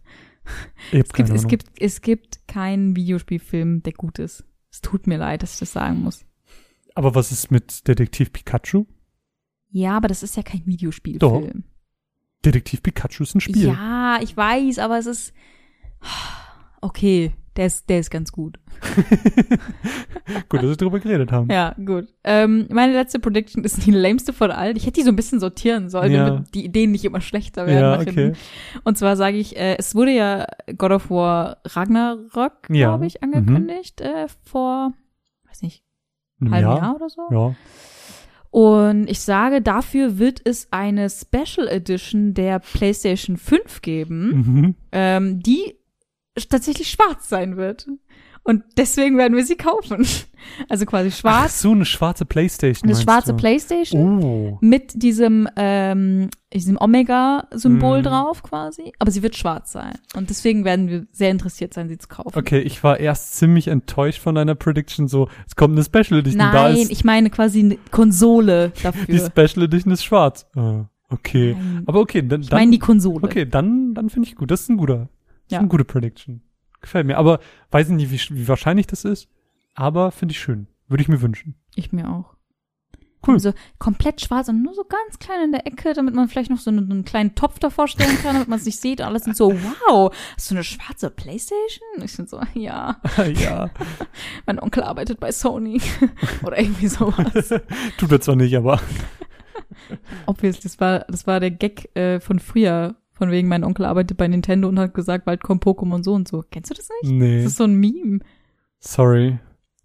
[SPEAKER 1] Es gibt keinen Videospielfilm, der gut ist. Es tut mir leid, dass ich das sagen muss.
[SPEAKER 2] Aber was ist mit Detektiv Pikachu?
[SPEAKER 1] Ja, aber das ist ja kein Videospielfilm.
[SPEAKER 2] Doch. Detektiv Pikachu ist ein Spiel.
[SPEAKER 1] Ja, ich weiß, aber es ist okay. Der ist ganz gut.
[SPEAKER 2] Gut, dass wir drüber geredet haben.
[SPEAKER 1] Ja, gut. Meine letzte Prediction ist die lameste von allen. Ich hätte die so ein bisschen sortieren sollen, damit die Ideen nicht immer schlechter werden.
[SPEAKER 2] Ja, okay.
[SPEAKER 1] Und zwar sage ich, es wurde ja God of War Ragnarök, glaube ich, angekündigt vor, weiß nicht, halben Jahr oder so.
[SPEAKER 2] Ja.
[SPEAKER 1] Und ich sage, dafür wird es eine Special Edition der PlayStation 5 geben, die tatsächlich schwarz sein wird. Und deswegen werden wir sie kaufen. Also quasi schwarz.
[SPEAKER 2] Ach so, eine schwarze PlayStation.
[SPEAKER 1] Eine schwarze PlayStation mit diesem Omega-Symbol drauf quasi. Aber sie wird schwarz sein. Und deswegen werden wir sehr interessiert sein, sie zu kaufen.
[SPEAKER 2] Okay, ich war erst ziemlich enttäuscht von deiner Prediction. So, es kommt eine Special Edition.
[SPEAKER 1] Nein, ich meine quasi eine Konsole dafür.
[SPEAKER 2] Die Special Edition ist schwarz. Okay.
[SPEAKER 1] Nein.
[SPEAKER 2] Aber okay, dann.
[SPEAKER 1] Ich meine die Konsole.
[SPEAKER 2] Okay, dann finde ich gut. Das ist eine gute Prediction. Gefällt mir. Aber weiß ich nicht, wie wahrscheinlich das ist. Aber finde ich schön. Würde ich mir wünschen.
[SPEAKER 1] Ich mir auch.
[SPEAKER 2] Cool.
[SPEAKER 1] Also komplett schwarz und nur so ganz klein in der Ecke, damit man vielleicht noch so einen kleinen Topf davor stellen kann, damit man es nicht sieht. Und alles sind so, wow, hast du eine schwarze Playstation? Ich bin so, ja.
[SPEAKER 2] Ja.
[SPEAKER 1] Mein Onkel arbeitet bei Sony. Oder irgendwie sowas.
[SPEAKER 2] Tut er zwar nicht, aber.
[SPEAKER 1] Obviously, das war der Gag von früher. Von wegen, mein Onkel arbeitet bei Nintendo und hat gesagt, bald kommt Pokémon so und so. Kennst du das nicht?
[SPEAKER 2] Nee.
[SPEAKER 1] Das ist so ein Meme.
[SPEAKER 2] Sorry.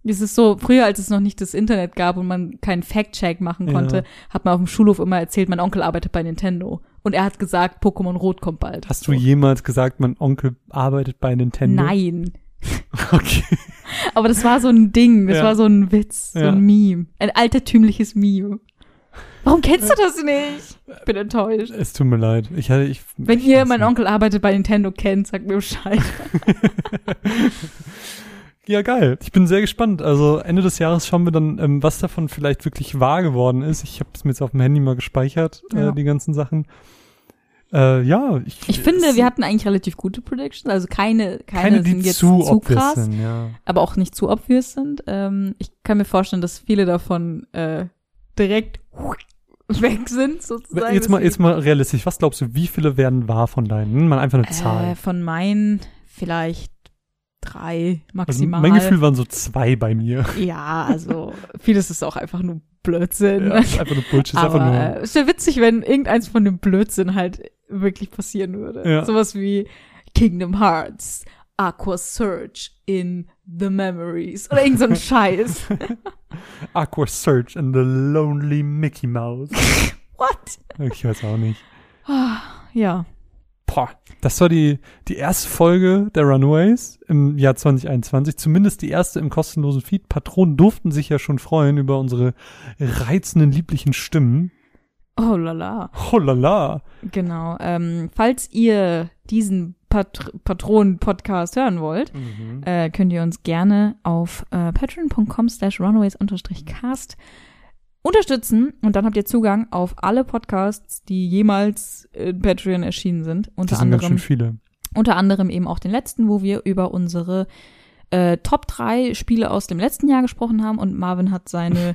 [SPEAKER 1] Es ist so, früher, als es noch nicht das Internet gab und man keinen Fact-Check machen konnte, hat man auf dem Schulhof immer erzählt, mein Onkel arbeitet bei Nintendo. Und er hat gesagt, Pokémon Rot kommt bald.
[SPEAKER 2] Hast du jemals gesagt, mein Onkel arbeitet bei Nintendo?
[SPEAKER 1] Nein.
[SPEAKER 2] Okay.
[SPEAKER 1] Aber das war so ein Ding, das war so ein Witz, so ein Meme. Ein altertümliches Meme. Warum kennst du das nicht? Ich bin enttäuscht.
[SPEAKER 2] Es tut mir leid.
[SPEAKER 1] Wenn ihr mein Onkel arbeitet bei Nintendo kennt, sagt mir Bescheid.
[SPEAKER 2] Ja, geil. Ich bin sehr gespannt. Also Ende des Jahres schauen wir dann, was davon vielleicht wirklich wahr geworden ist. Ich habe es mir jetzt auf dem Handy mal gespeichert, die ganzen Sachen.
[SPEAKER 1] Ich finde, wir hatten eigentlich relativ gute Predictions. Also keine
[SPEAKER 2] die
[SPEAKER 1] sind jetzt
[SPEAKER 2] zu
[SPEAKER 1] krass,
[SPEAKER 2] sind, ja.
[SPEAKER 1] aber auch nicht zu obvious sind. Ich kann mir vorstellen, dass viele davon direkt weg sind, sozusagen.
[SPEAKER 2] Jetzt mal realistisch. Was glaubst du, wie viele werden wahr von deinen? Mal einfach eine Zahl.
[SPEAKER 1] Von meinen vielleicht 3 maximal.
[SPEAKER 2] Also mein Gefühl waren so 2 bei mir.
[SPEAKER 1] Ja, also vieles ist auch einfach nur Blödsinn.
[SPEAKER 2] Ja, einfach nur Bullshit.
[SPEAKER 1] Aber es wäre witzig, wenn irgendeins von dem Blödsinn halt wirklich passieren würde.
[SPEAKER 2] Ja.
[SPEAKER 1] Sowas wie Kingdom Hearts, Aqua Surge in The Memories oder irgend so ein Scheiß.
[SPEAKER 2] Aqua Surge and the Lonely Mickey Mouse.
[SPEAKER 1] What?
[SPEAKER 2] Ich weiß auch nicht.
[SPEAKER 1] Ja.
[SPEAKER 2] Boah, das war die erste Folge der Runaways im Jahr 2021. Zumindest die erste im kostenlosen Feed. Patronen durften sich ja schon freuen über unsere reizenden, lieblichen Stimmen.
[SPEAKER 1] Oh lala.
[SPEAKER 2] Oh lala.
[SPEAKER 1] Genau. Falls ihr diesen Patronen-Podcast hören wollt, könnt ihr uns gerne auf patreon.com/runaways_cast unterstützen und dann habt ihr Zugang auf alle Podcasts, die jemals in Patreon erschienen sind.
[SPEAKER 2] Das sind ganz schön viele.
[SPEAKER 1] Unter anderem eben auch den letzten, wo wir über unsere Top 3 Spiele aus dem letzten Jahr gesprochen haben und Marvin hat seinen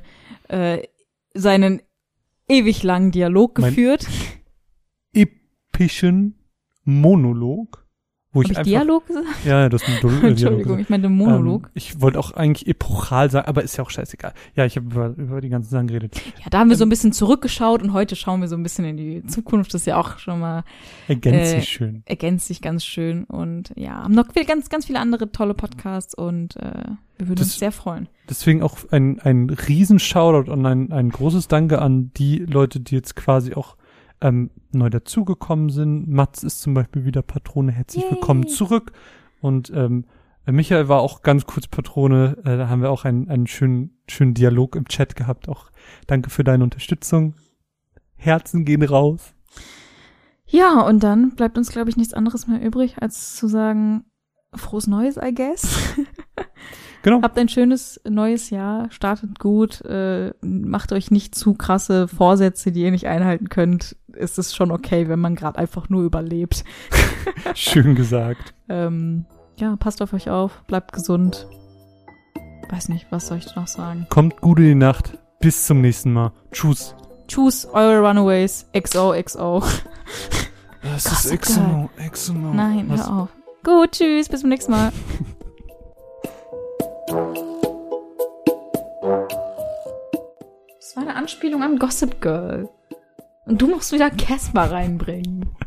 [SPEAKER 1] ewig langen Dialog geführt.
[SPEAKER 2] Epischen Monolog. Wo ich einfach,
[SPEAKER 1] Dialog gesagt?
[SPEAKER 2] Ja, das ist ein Dialog.
[SPEAKER 1] Entschuldigung, ich meinte Monolog.
[SPEAKER 2] Ich wollte auch eigentlich epochal sagen, aber ist ja auch scheißegal. Ja, ich habe über die ganzen Sachen geredet.
[SPEAKER 1] Ja, da haben wir so ein bisschen zurückgeschaut und heute schauen wir so ein bisschen in die Zukunft. Das ist ja auch schon mal ergänzt sich ganz schön und ja, haben noch ganz, ganz viele andere tolle Podcasts und wir würden uns sehr freuen.
[SPEAKER 2] Deswegen auch ein riesen Shoutout und ein großes Danke an die Leute, die jetzt quasi auch neu dazugekommen sind. Mats ist zum Beispiel wieder Patrone. Herzlich willkommen zurück. Und Michael war auch ganz kurz Patrone. Da haben wir auch einen schönen Dialog im Chat gehabt. Auch danke für deine Unterstützung. Herzen gehen raus.
[SPEAKER 1] Ja, und dann bleibt uns, glaube ich, nichts anderes mehr übrig, als zu sagen, frohes Neues, I guess.
[SPEAKER 2] Genau.
[SPEAKER 1] Habt ein schönes neues Jahr, startet gut, macht euch nicht zu krasse Vorsätze, die ihr nicht einhalten könnt. Ist es schon okay, wenn man gerade einfach nur überlebt.
[SPEAKER 2] Schön gesagt.
[SPEAKER 1] Ja, passt auf euch auf, bleibt gesund. Weiß nicht, was soll ich noch sagen?
[SPEAKER 2] Kommt gut in die Nacht. Bis zum nächsten Mal. Tschüss.
[SPEAKER 1] Tschüss, eure Runaways. XOXO.
[SPEAKER 2] Das ist XO.
[SPEAKER 1] Nein, hör auf. Gut, tschüss, bis zum nächsten Mal. Das war eine Anspielung an Gossip Girl. Und du musst wieder Casper reinbringen.